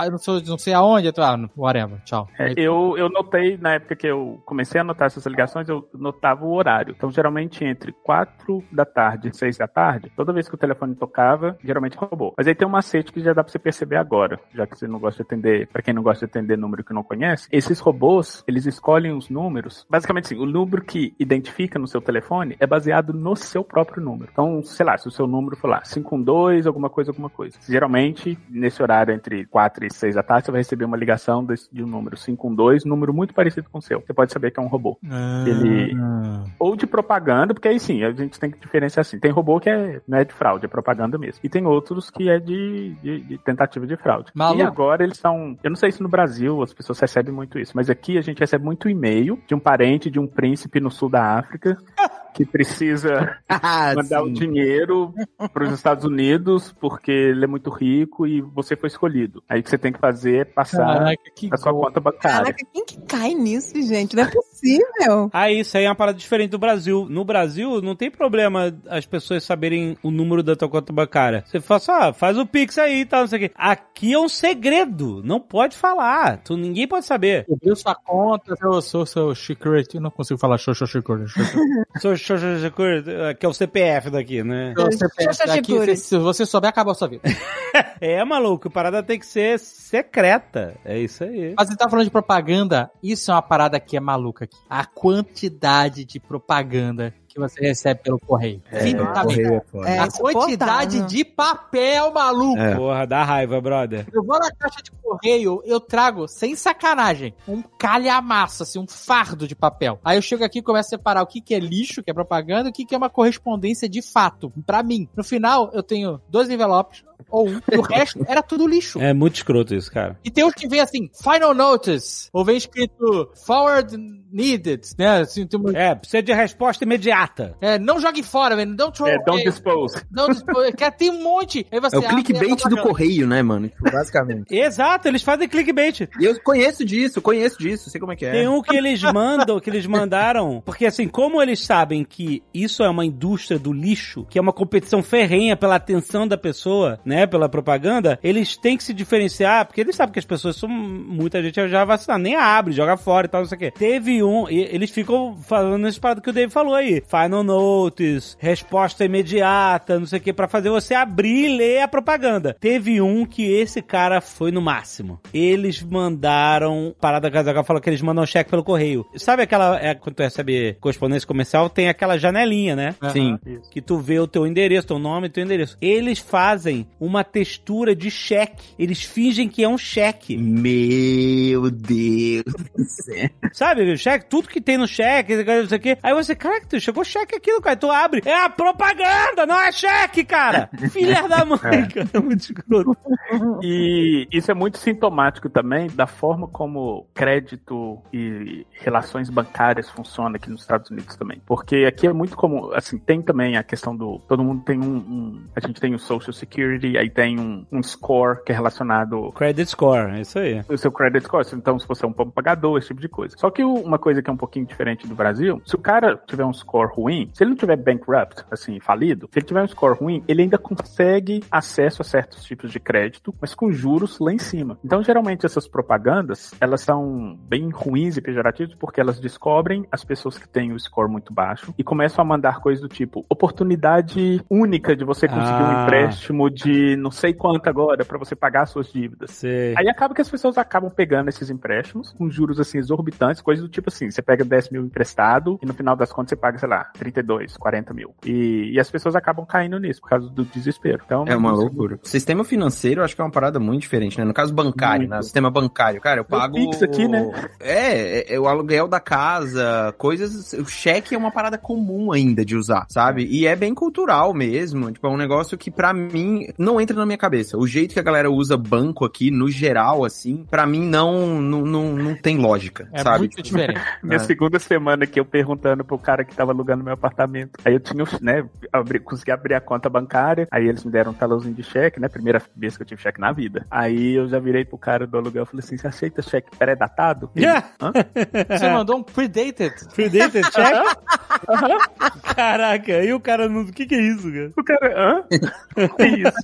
aonde. Eu tô, whatever, tchau. Eu notei, na época que eu comecei a anotar essas ligações, eu notava o horário. Então, geralmente, entre 4 da tarde e 6 da tarde, toda vez que o telefone tocava, geralmente robô. Mas aí tem um macete que já dá pra você perceber agora, já que você não gosta de atender, pra quem não gosta de atender número que não conhece, esses robôs, eles escolhem os números, basicamente assim, o número que identifica no seu telefone é baseado no seu próprio número. Então, sei lá, se o seu número for lá, 512, alguma coisa. Geralmente, nesse horário entre 4 e 6 da tarde, você vai receber uma ligação de um número 512, um número muito parecido com o seu. Você pode saber que é um robô. Ou de propaganda, porque aí sim, a gente tem que diferenciar assim. Tem robô que não é de fraude, é propaganda mesmo. E tem outros que é de tentativa de fraude. Maluco. E agora eles são... Eu não sei se no Brasil as pessoas recebem muito isso, mas aqui a gente recebe muito e-mail de um parente de um príncipe no sul da África que precisa mandar o dinheiro para os Estados Unidos porque ele é muito rico e você foi escolhido. Aí o que você tem que fazer é passar a sua conta bancária. Caraca, quem que cai nisso, gente? Não é possível. Isso aí é uma parada diferente do Brasil. No Brasil, não tem problema as pessoas saberem o número da tua conta bancária. Você fala faz o Pix aí e tal, não sei o quê. Aqui é um segredo. Não pode falar. Ninguém pode saber. Eu vi sua conta, eu sou seu secret. Eu não consigo falar secret. Que é o CPF daqui, né? O CPF daqui, se você souber, acabou a sua vida. Maluco, a parada tem que ser secreta. É isso aí. Mas você tá falando de propaganda, isso é uma parada que é maluca aqui. A quantidade de propaganda que você recebe pelo correio. A quantidade de papel, maluco. Porra, dá raiva, brother. Eu vou na caixa de correio, eu trago, sem sacanagem, um calhamaço, assim, um fardo de papel. Aí eu chego aqui e começo a separar o que é lixo, que é propaganda, e o que é uma correspondência de fato, pra mim. No final, eu tenho 2 envelopes, ou um, e o resto era tudo lixo. É muito escroto isso, cara. E tem uns que vem assim, final notice, ou vem escrito forward needed, né? Assim, precisa de resposta imediata. imediata. Não jogue fora, velho. Don't dispose. Don't dispose. Tem um monte. Aí você o clickbait do correio, né, mano? Tipo, basicamente. Exato, eles fazem clickbait. E eu conheço disso, sei como é que é. Tem um que eles mandaram, porque assim, como eles sabem que isso é uma indústria do lixo, que é uma competição ferrenha pela atenção da pessoa, né, pela propaganda, eles têm que se diferenciar, porque eles sabem que as pessoas muita gente já vacinada, nem abre, joga fora e tal, não sei o quê. Teve eles ficam falando nesse parado que o Dave falou aí, final notice, resposta imediata, não sei o quê, pra fazer você abrir e ler a propaganda. Teve um que esse cara foi no máximo. Eles mandaram, parada Casagal falou que eles mandam cheque pelo correio. Sabe quando tu recebe correspondência comercial, tem aquela janelinha, né? Sim. Que tu vê o teu endereço, teu nome e teu endereço. Eles fazem uma textura de cheque. Eles fingem que é um cheque. Meu Deus do céu. Sabe, o cheque, tudo que tem no cheque, não sei o quê. Aí você, caraca, chegou cheque aqui, cara. Tu abre. É a propaganda, não é cheque, cara. Filha da mãe, cara. É muito escroto. E isso é muito sintomático também da forma como crédito e relações bancárias funcionam aqui nos Estados Unidos também. Porque aqui é muito comum, assim, tem também a questão todo mundo tem a gente tem o Social Security, aí tem um score que é relacionado... Credit score, é isso aí. O seu credit score, então se você é um bom pagador, esse tipo de coisa. Só que uma coisa que é um pouquinho diferente do Brasil, se o cara tiver um score ruim, se ele não tiver bankrupt, assim, falido, se ele tiver um score ruim, ele ainda consegue acesso a certos tipos de crédito, mas com juros lá em cima. Então, geralmente, essas propagandas, elas são bem ruins e pejorativas porque elas descobrem as pessoas que têm o score muito baixo e começam a mandar coisas do tipo, oportunidade única de você conseguir um empréstimo de não sei quanto agora pra você pagar as suas dívidas. Sei. Aí acaba que as pessoas acabam pegando esses empréstimos com juros assim exorbitantes, coisas do tipo assim, você pega 10 mil emprestado e no final das contas você paga, sei lá, 32, 40 mil. E as pessoas acabam caindo nisso por causa do desespero. Então, é uma loucura. O sistema financeiro eu acho que é uma parada muito diferente, né? No caso bancário, né? O sistema bancário, cara, eu pago... Pix aqui, né? O aluguel da casa, coisas... O cheque é uma parada comum ainda de usar, sabe? E é bem cultural mesmo. Tipo, é um negócio que pra mim não entra na minha cabeça. O jeito que a galera usa banco aqui, no geral, assim, pra mim não tem lógica, sabe? É muito diferente. Minha segunda semana aqui, eu perguntando pro cara que tava alugando meu apartamento. Aí eu tinha, né, consegui abrir a conta bancária, aí eles me deram um talãozinho de cheque, né, primeira vez que eu tive cheque na vida. Aí eu já virei pro cara do aluguel e falei assim, você aceita cheque pré-datado? Hã? Você mandou um predated check? Caraca, e o cara não... O que é isso, cara? O cara... Que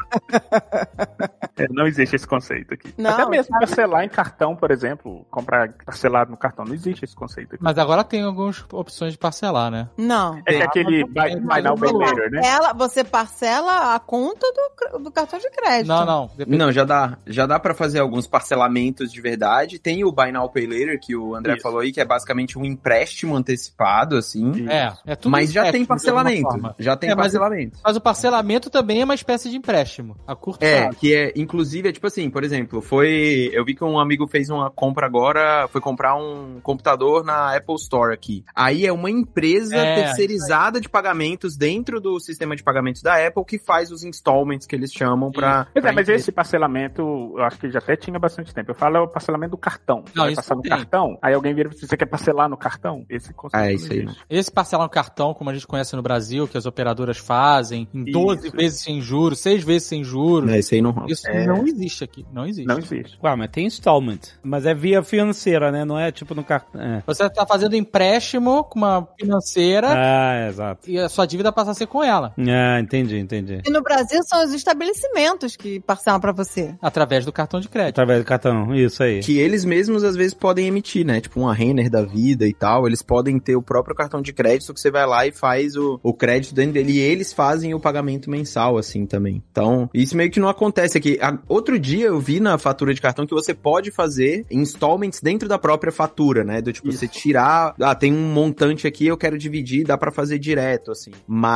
isso? Não existe esse conceito aqui. Não, até mesmo parcelar em cartão, por exemplo, comprar parcelado no cartão, não existe esse conceito aqui. Mas agora tem algumas opções de parcelar, né? Não. É aquele buy now, pay later, né? Você parcela a conta do cartão de crédito. Não. Não, já dá pra fazer alguns parcelamentos de verdade. Tem o buy now, pay later, que o André falou aí, que é basicamente um empréstimo antecipado, assim. É tudo mas já tem de parcelamento. Já tem parcelamento. Mas o parcelamento também é uma espécie de empréstimo. A curto prazo. Que é, inclusive, tipo assim, por exemplo, eu vi que um amigo fez uma compra agora, foi comprar um computador na Apple Store aqui. Aí é uma empresa terceirizada de pagamentos dentro do sistema de pagamentos da Apple que faz os installments que eles chamam pra... Mas esse parcelamento, eu acho que já até tinha bastante tempo. Eu falo o parcelamento do cartão. Você vai passar no cartão, aí alguém vira e você quer parcelar no cartão? Esse conceito isso aí. Esse parcelar no cartão, como a gente conhece no Brasil, que as operadoras fazem, em 12 vezes sem juros, 6 vezes sem juros. Isso aí não rola. Isso não existe aqui. Não existe. Ué, mas tem installment. Mas é via financeira, né? Não é tipo no cartão. Você tá fazendo empréstimo com uma financeira. Exato. E a sua dívida passa a ser com ela. Entendi. E no Brasil são os estabelecimentos que parcelam pra você. Através do cartão de crédito. Através do cartão, isso aí. Que eles mesmos às vezes podem emitir, né? Tipo uma Renner da vida e tal. Eles podem ter o próprio cartão de crédito que você vai lá e faz o crédito dentro dele. E eles fazem o pagamento mensal, assim, também. Então, isso meio que não acontece aqui. Outro dia eu vi na fatura de cartão que você pode fazer installments dentro da própria fatura, né? Do tipo, você tirar... tem um montante aqui, eu quero dividir, dá pra fazer direto, assim.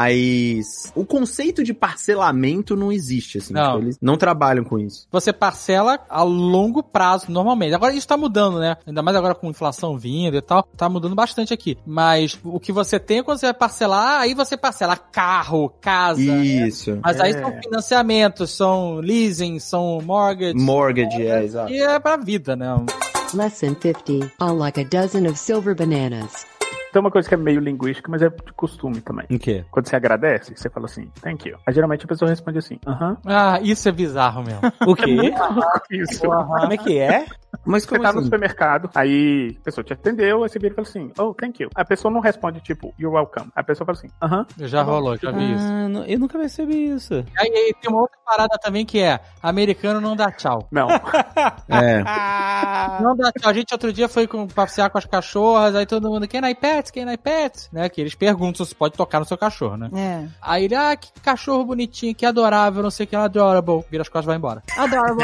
Mas o conceito de parcelamento não existe, assim. Não. Tipo, eles não trabalham com isso. Você parcela a longo prazo, normalmente. Agora, isso tá mudando, né? Ainda mais agora com inflação vindo e tal. Tá mudando bastante aqui. Mas o que você tem quando você vai parcelar, aí você parcela carro, casa. Isso. Né? Mas aí são financiamentos, são leasing, são mortgage. Mortgage, exato. E é pra vida, né? Lesson 50. All like a dozen of silver bananas. Tem uma coisa que é meio linguística, mas é de costume também. O quê? Quando você agradece, você fala assim, thank you. Aí geralmente a pessoa responde assim, Ah, isso é bizarro mesmo. O quê? Isso. Como é que é? Mas Você como tá no assim? supermercado, aí a pessoa te atendeu, aí você vira e fala assim, oh, thank you. A pessoa não responde tipo, you're welcome. A pessoa fala assim, Já rolou, já vi isso. Eu nunca percebi isso. Aí tem uma outra parada também que é, americano não dá tchau. Não. É. Não dá tchau. A gente outro dia foi passear com as cachorras, aí todo mundo, can I pet? Né? Que eles perguntam se pode tocar no seu cachorro, né? É. Aí ele, que cachorro bonitinho, que adorável, não sei o que, adorable. Vira as costas e vai embora. Adorable.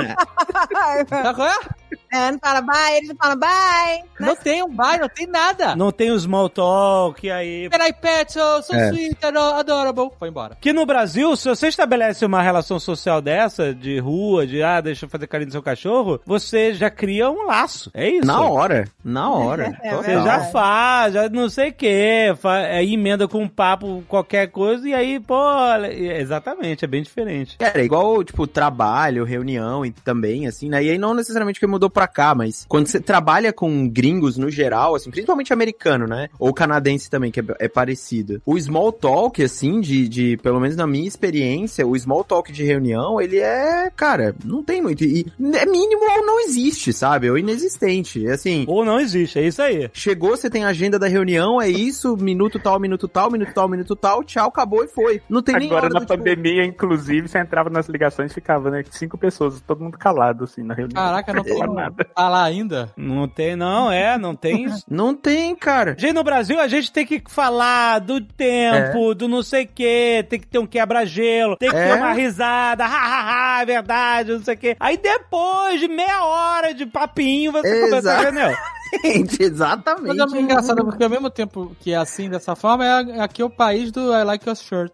Tá qual é? Não fala bye, eles não falam bye. Não tem um bye, não tem nada. Não tem o small talk, aí... Can I pet? So sweet, adorable. Foi embora. Que no Brasil, se você estabelece uma relação social dessa, de rua, de, deixa eu fazer carinho no seu cachorro, você já cria um laço. É isso. Na hora. Você já faz, já não sei o quê, aí emenda com um papo, qualquer coisa, e aí, exatamente, é bem diferente. Cara, igual, tipo, trabalho, reunião e também, assim, né? E aí não necessariamente que mudou pra cá, mas quando você trabalha com gringos no geral, assim, principalmente americano, né? Ou canadense também, que é parecido. O small talk, assim, de pelo menos na minha experiência, o small talk de reunião, ele é, cara, não tem muito. E é mínimo ou não existe, sabe? Ou inexistente. Assim. Ou não existe, é isso aí. Chegou, você tem a agenda da reunião, é isso, minuto tal, tchau, acabou e foi. Não tem nem Agora hora na do, pandemia, inclusive, você entrava nas ligações e ficava, né? 5 pessoas, todo mundo calado, assim, na reunião. Caraca, não tem nada. Tá lá ainda? Não tem, não tem isso. Não tem, cara. Gente, no Brasil, a gente tem que falar do tempo, do não sei o quê, tem que ter um quebra-gelo, tem que ter uma risada, é verdade, não sei o quê. Aí depois de meia hora de papinho, você começa a reunião. Gente, exatamente. Mas é engraçado, porque ao mesmo tempo que é assim, dessa forma, aqui é o país do I like your shirt.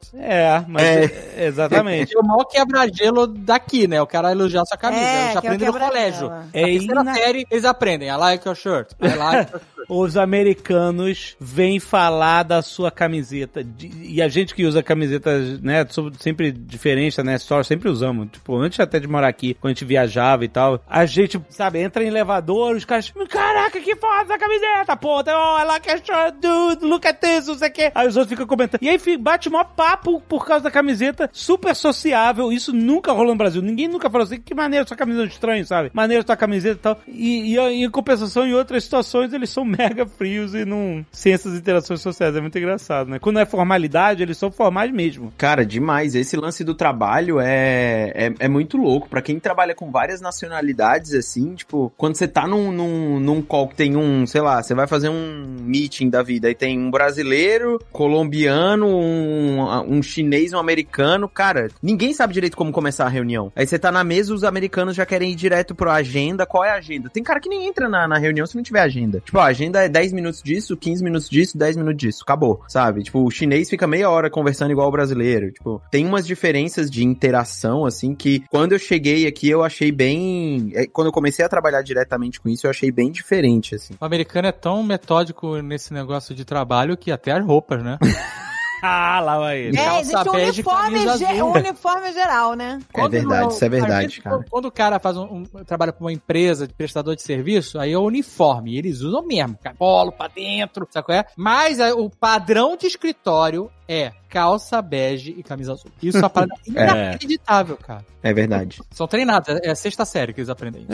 Exatamente. O maior quebra-gelo daqui, né? O cara elogiar sua camisa. Eles aprendem no colégio. Na terceira série, eles aprendem. I like your shirt. I like your shirt. Os americanos vêm falar da sua camiseta. E a gente que usa camisetas, né, sempre diferente, né, sempre usamos. Tipo, antes até de morar aqui, quando a gente viajava e tal, a gente, sabe, entra em elevador, os caras, caraca, que foda essa camiseta, pô, I like your shirt, dude, look at this, não sei o quê. Aí os outros ficam comentando. E aí bate maior papo por causa da camiseta, super sociável. Isso nunca rolou no Brasil. Ninguém nunca falou assim, que maneiro sua camiseta estranha, sabe? Maneiro sua camiseta e tal. E em compensação, em outras situações, eles são mega frios e não... sem essas interações sociais. É muito engraçado, né? Quando é formalidade, eles são formais mesmo. Cara, demais. Esse lance do trabalho é muito louco. Pra quem trabalha com várias nacionalidades, assim, tipo, quando você tá num call que tem sei lá, você vai fazer um meeting da vida, aí tem um brasileiro, colombiano, um chinês, um americano, cara, ninguém sabe direito como começar a reunião. Aí você tá na mesa, os americanos já querem ir direto pra agenda. Qual é a agenda? Tem cara que nem entra na reunião se não tiver agenda. Tipo, a agenda é 10 minutos disso, 15 minutos disso, 10 minutos disso. Acabou, sabe? Tipo, o chinês fica meia hora conversando igual o brasileiro. Tipo, tem umas diferenças de interação, assim, que quando eu cheguei aqui, eu achei bem... Quando eu comecei a trabalhar diretamente com isso, eu achei bem diferente, assim. O americano é tão metódico nesse negócio de trabalho que até as roupas, né? Lá vai ele. Existe um uniforme geral, né? Isso é verdade, cara. Quando o cara trabalha pra uma empresa de prestador de serviço, aí é o uniforme, eles usam mesmo, polo pra dentro, sabe qual é? Mas o padrão de escritório é calça bege e camisa azul. Isso é uma parada inacreditável, cara. É verdade. São treinados, é a sexta série que eles aprendem.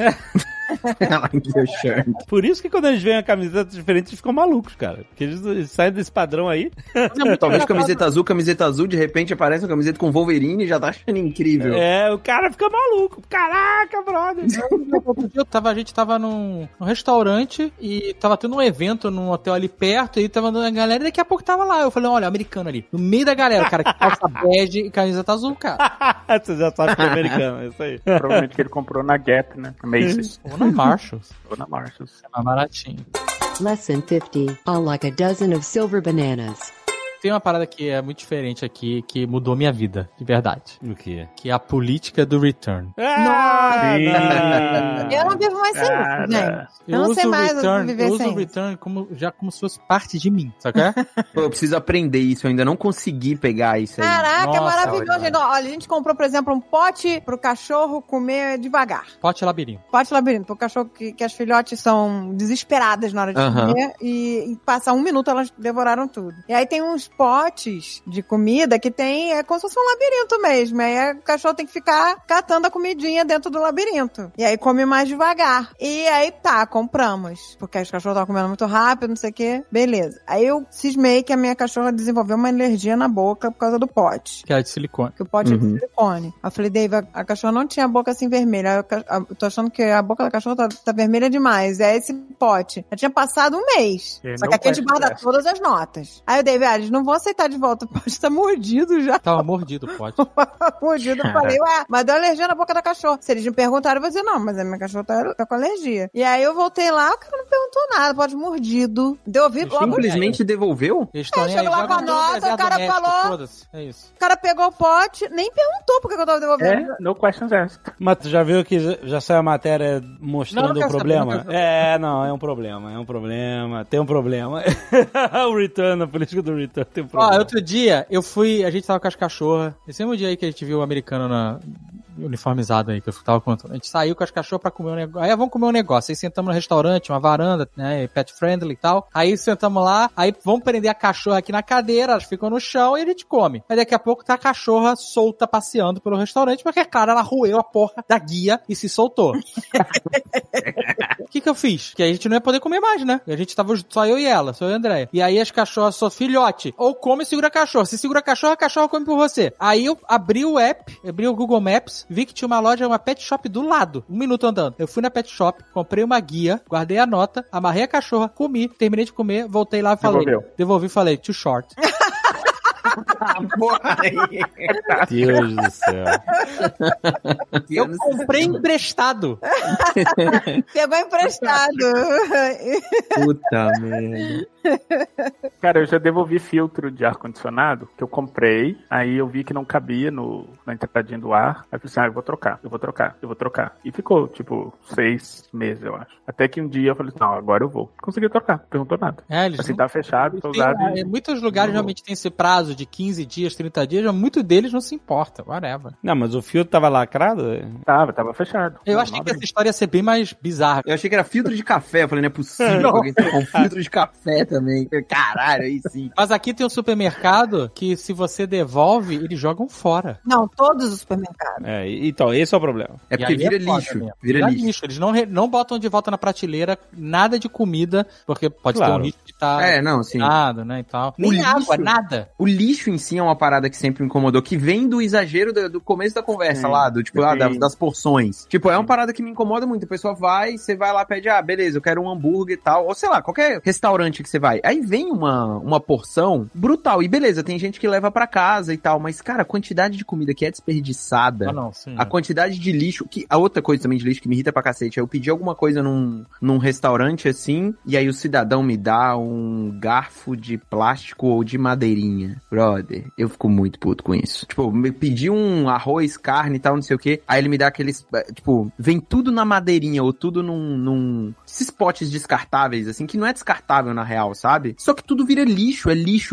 Por isso que quando eles veem a camiseta diferente, eles ficam malucos, cara. Porque eles saem desse padrão aí. Talvez camiseta azul, de repente aparece uma camiseta com Wolverine e já tá achando incrível. O cara fica maluco. Caraca, brother. A gente tava num restaurante e tava tendo um evento num hotel ali perto e tava dando a galera e daqui a pouco tava lá. Eu falei, olha, americano ali. No meio da galera, cara, que calça bege e camiseta azul, cara. Você já sabe que é americano, é isso aí. Provavelmente que ele comprou na Gap, né? Macy's. Ou na Marshalls. Ou na Marshalls. É mais baratinho. Lesson 50. I like a dozen of silver bananas. Tem uma parada que é muito diferente aqui, que mudou minha vida, de verdade. O quê? Que é a política do return. Eu não vivo mais sem isso, gente. Eu não sei mais viver sem Eu uso o return como se fosse parte de mim, sabe? Pô, eu preciso aprender isso, eu ainda não consegui pegar isso aí. Caraca, Nossa, é maravilhoso, gente. Olha, a gente comprou, por exemplo, um pote pro cachorro comer devagar. Pote labirinto. Pote labirinto, pro cachorro que as filhotes são desesperadas na hora de comer e passar 1 minuto elas devoraram tudo. E aí tem uns potes de comida que tem, é como se fosse um labirinto mesmo. Aí o cachorro tem que ficar catando a comidinha dentro do labirinto. E aí come mais devagar. E aí compramos. Porque os cachorros estavam comendo muito rápido, não sei o quê. Beleza. Aí eu cismei que a minha cachorra desenvolveu uma alergia na boca por causa do pote. Que é de silicone. Que o pote é de silicone. Aí eu falei, Dave, a cachorra não tinha a boca assim vermelha. Eu tô achando que a boca da cachorra tá vermelha demais. É esse pote. Já tinha passado 1 mês. Só que aqui a gente guarda todas as notas. Aí o Dave, eles não vão aceitar de volta. O pote tá mordido já. Tava mordido o pote. Mordido. Eu falei, mas deu alergia na boca da cachorra. Se eles me perguntaram, eu vou dizer, não, mas a minha cachorra tá com alergia. E aí eu voltei lá, o cara não perguntou nada. Pote mordido. Deu ouvido. Simplesmente devolveu? Chegou lá com a nota, o cara falou. É isso. O cara pegou o pote, nem perguntou por que eu tava devolvendo. No questions asked. Mas tu já viu que já saiu a matéria mostrando o problema? Saber, é um problema. Tem um problema. O return, a política do return tem um Ó, problema. outro dia, a gente tava com as cachorras, esse mesmo dia aí que a gente viu o americano uniformizado aí, que eu tava contando. A gente saiu com as cachorras pra comer um negócio. Aí vamos comer um negócio. Aí sentamos no restaurante, uma varanda, né, pet friendly e tal. Aí sentamos lá, aí vamos prender a cachorra aqui na cadeira, elas ficam no chão e a gente come. Aí daqui a pouco tá a cachorra solta passeando pelo restaurante, porque, cara, ela roeu a porra da guia e se soltou. O que eu fiz? Que a gente não ia poder comer mais, né? A gente tava só eu e ela, só eu e a Andréia. E aí as cachorras, só filhote, ou come e segura a cachorra. Se segura a cachorra come por você. Aí eu abri o app, abri o Google Maps, vi que tinha uma loja, uma pet shop do lado. 1 minuto andando. Eu fui na pet shop, comprei uma guia, guardei a nota, amarrei a cachorra, comi, terminei de comer, voltei lá e falei. Devolvi e falei, too short. Deus do céu. Eu comprei emprestado. Pegou emprestado. Puta merda. Cara, eu já devolvi filtro de ar-condicionado que eu comprei, aí eu vi que não cabia na entradinha do ar, aí eu falei assim, eu vou trocar. E ficou, 6 meses, eu acho. Até que um dia eu falei assim, não, agora eu vou. Consegui trocar, não perguntou nada. Eles assim, não... tá fechado, tá usado. Muitos lugares realmente tem esse prazo de 15 dias, 30 dias, mas muito deles não se importa, whatever. Não, mas o filtro tava lacrado? Tava fechado. Eu achei que essa história ia ser bem mais bizarra. Eu achei que era filtro de café, eu falei, não é possível que alguém tenha um filtro de café também. Caralho, aí sim. Mas aqui tem um supermercado que se você devolve, eles jogam fora. Não, todos os supermercados. Então, esse é o problema. É porque vira lixo. Vira lixo. Eles não botam de volta na prateleira nada de comida, porque pode ter um risco de estar sim. Né, e tal. Nem água, nada. O lixo em si é uma parada que sempre me incomodou, que vem do exagero do começo da conversa lá, do das porções. É uma parada que me incomoda muito. A pessoa você vai lá, pede, beleza, eu quero um hambúrguer e tal, ou sei lá, qualquer restaurante que você vai. Aí vem uma porção brutal, e beleza, tem gente que leva pra casa e tal, mas, cara, a quantidade de comida que é desperdiçada, a quantidade de lixo, a outra coisa também de lixo que me irrita pra cacete, é eu pedir alguma coisa num restaurante assim, e aí o cidadão me dá um garfo de plástico ou de madeirinha. Brother, eu fico muito puto com isso. Me pedir um arroz, carne e tal, não sei o que, aí ele me dá aqueles, vem tudo na madeirinha, ou tudo esses potes descartáveis, assim, que não é descartável na real, sabe? Só que tudo vira lixo, é lixo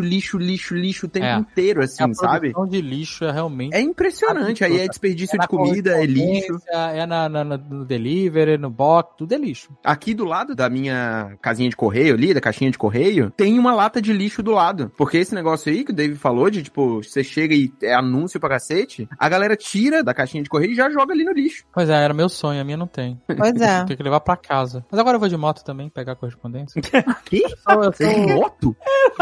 o tempo inteiro, assim, sabe? A produção de lixo é realmente... É impressionante, aí é desperdício de comida, é lixo. É no delivery, no box, tudo é lixo. Aqui do lado da minha casinha de correio ali, da caixinha de correio, tem uma lata de lixo do lado. Porque esse negócio aí que o David falou de, você chega e é anúncio pra cacete, a galera tira da caixinha de correio e já joga ali no lixo. Pois é, era meu sonho, a minha não tem. Pois é. Tem que levar pra casa. Mas agora eu vou de moto também, pegar a correspondência. Que? Eu sou moto?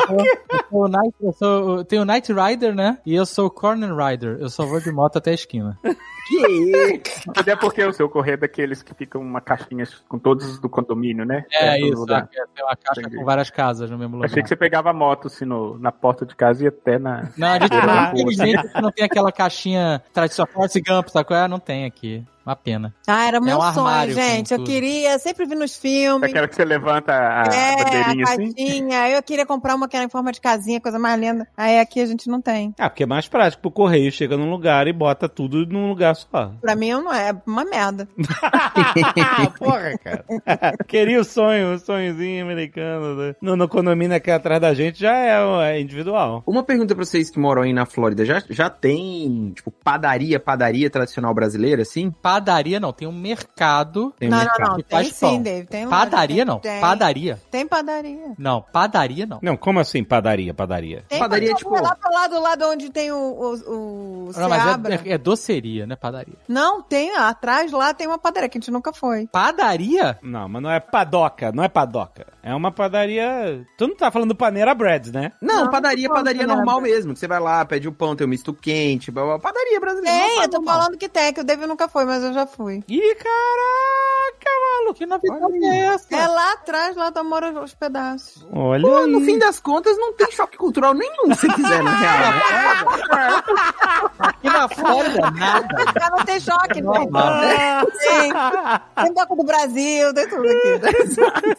Eu tenho Night Rider, né? E eu sou Corner Rider. Eu só vou de moto até a esquina. Que? Até porque o seu correio é daqueles que ficam uma caixinha com todos do condomínio, né? Isso. Tem uma caixa com várias casas no mesmo lugar. Achei que você pegava a moto assim na porta de casa e até Não, a gente infelizmente não tem aquela caixinha tradicional Forrest Gump, sabe qual é? Não tem aqui. Uma pena. Ah, era o meu sonho, armário gente. com Eu tudo. queria, sempre vi nos filmes. Aquela que você levanta a A bandeirinha assim? caixinha. Eu queria comprar uma que era em forma de casinha, coisa mais linda. Aí aqui a gente não tem. Ah, porque é mais prático pro correio. Chega num lugar e bota tudo num lugar só. Pra mim não é uma merda. Porra, cara. Queria o sonhozinho americano. Né? No condomínio aqui atrás da gente já é individual. Uma pergunta pra vocês que moram aí na Flórida. Já tem, tipo, padaria tradicional brasileira, assim? Padaria não, tem um mercado. Tem não, mercado. não, não. que Tem faz sim, pão. Dave. Tem Padaria loja. não, Tem. padaria. Tem padaria. Não, padaria não. Não, como assim padaria? Tem Padaria, tipo- lá pro lado onde tem o Não, mas Seabra. é doceria, né? Padaria. Não, tem. Atrás lá tem uma padaria que a gente nunca foi. Padaria? Não, mas não é padoca, não é padoca. É uma padaria... Tu não tá falando Panera Bread, né? Não, Não, padaria não, não, normal não. mesmo. Que você vai lá, pede o pão, tem o misto quente. Padaria brasileira. Tem, não eu tô normal. falando que tem, que o David nunca foi, mas eu já fui. Ih, caraca, maluco. Que novidade é essa? É lá atrás, lá do Amor aos Pedaços. Olha Pô, aí. no fim das contas, não tem choque cultural nenhum, se quiser, na real. Né? Aqui na Flórida, nada. Já não tem choque, né? Normal. Tem Banco do Brasil, tem tudo aqui.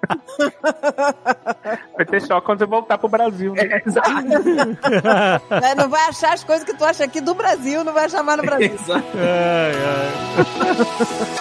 Vai ter choque quando você voltar pro Brasil. Né? Não vai achar as coisas que tu acha aqui do Brasil, não vai achar mais no Brasil. Exato. Ai, ai.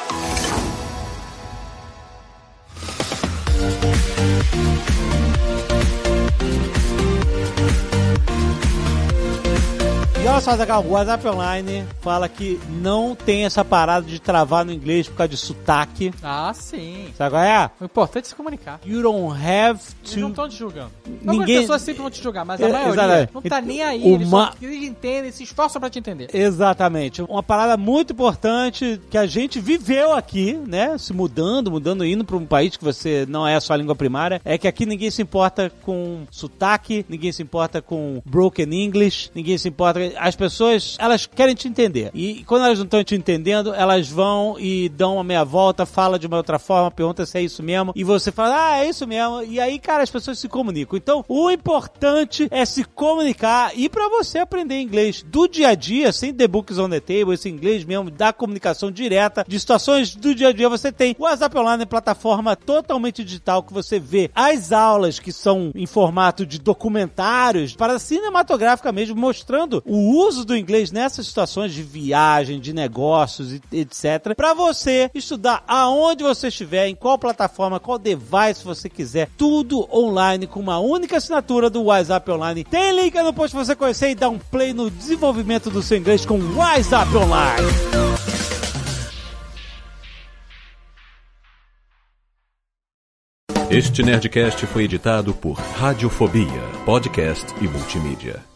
E olha só, Zagal, o WhatsApp Online fala que não tem essa parada de travar no inglês por causa de sotaque. Ah, sim. Sabe qual é? O importante é se comunicar. You don't have Eles não to... estão te julgando. Ninguém- Algumas pessoas sempre vão te julgar, mas a maioria Exatamente. não tá nem aí. Uma- Eles entendem, se esforçam pra te entender. Exatamente. Uma parada muito importante que a gente viveu aqui, né? Se mudando, indo pra um país que você não é a sua língua primária, é que aqui ninguém se importa com sotaque, ninguém se importa com broken English, ninguém se importa... As pessoas, elas querem te entender. E quando elas não estão te entendendo, elas vão e dão uma meia volta, fala de uma outra forma, pergunta se é isso mesmo, e você fala, é isso mesmo. E aí, cara, as pessoas se comunicam. Então, o importante é se comunicar e pra você aprender inglês do dia a dia, sem the books on the table, esse inglês mesmo, da comunicação direta, de situações do dia a dia, você tem o WhatsApp Online, plataforma totalmente digital que você vê as aulas que são em formato de documentários, para cinematográfica mesmo, mostrando o uso do inglês nessas situações de viagem, de negócios, etc. Para você estudar aonde você estiver, em qual plataforma, qual device você quiser, tudo online com uma única assinatura do WhatsApp Online. Tem link no post pra você conhecer e dar um play no desenvolvimento do seu inglês com o WhatsApp Online. Este Nerdcast foi editado por Radiofobia, podcast e multimídia.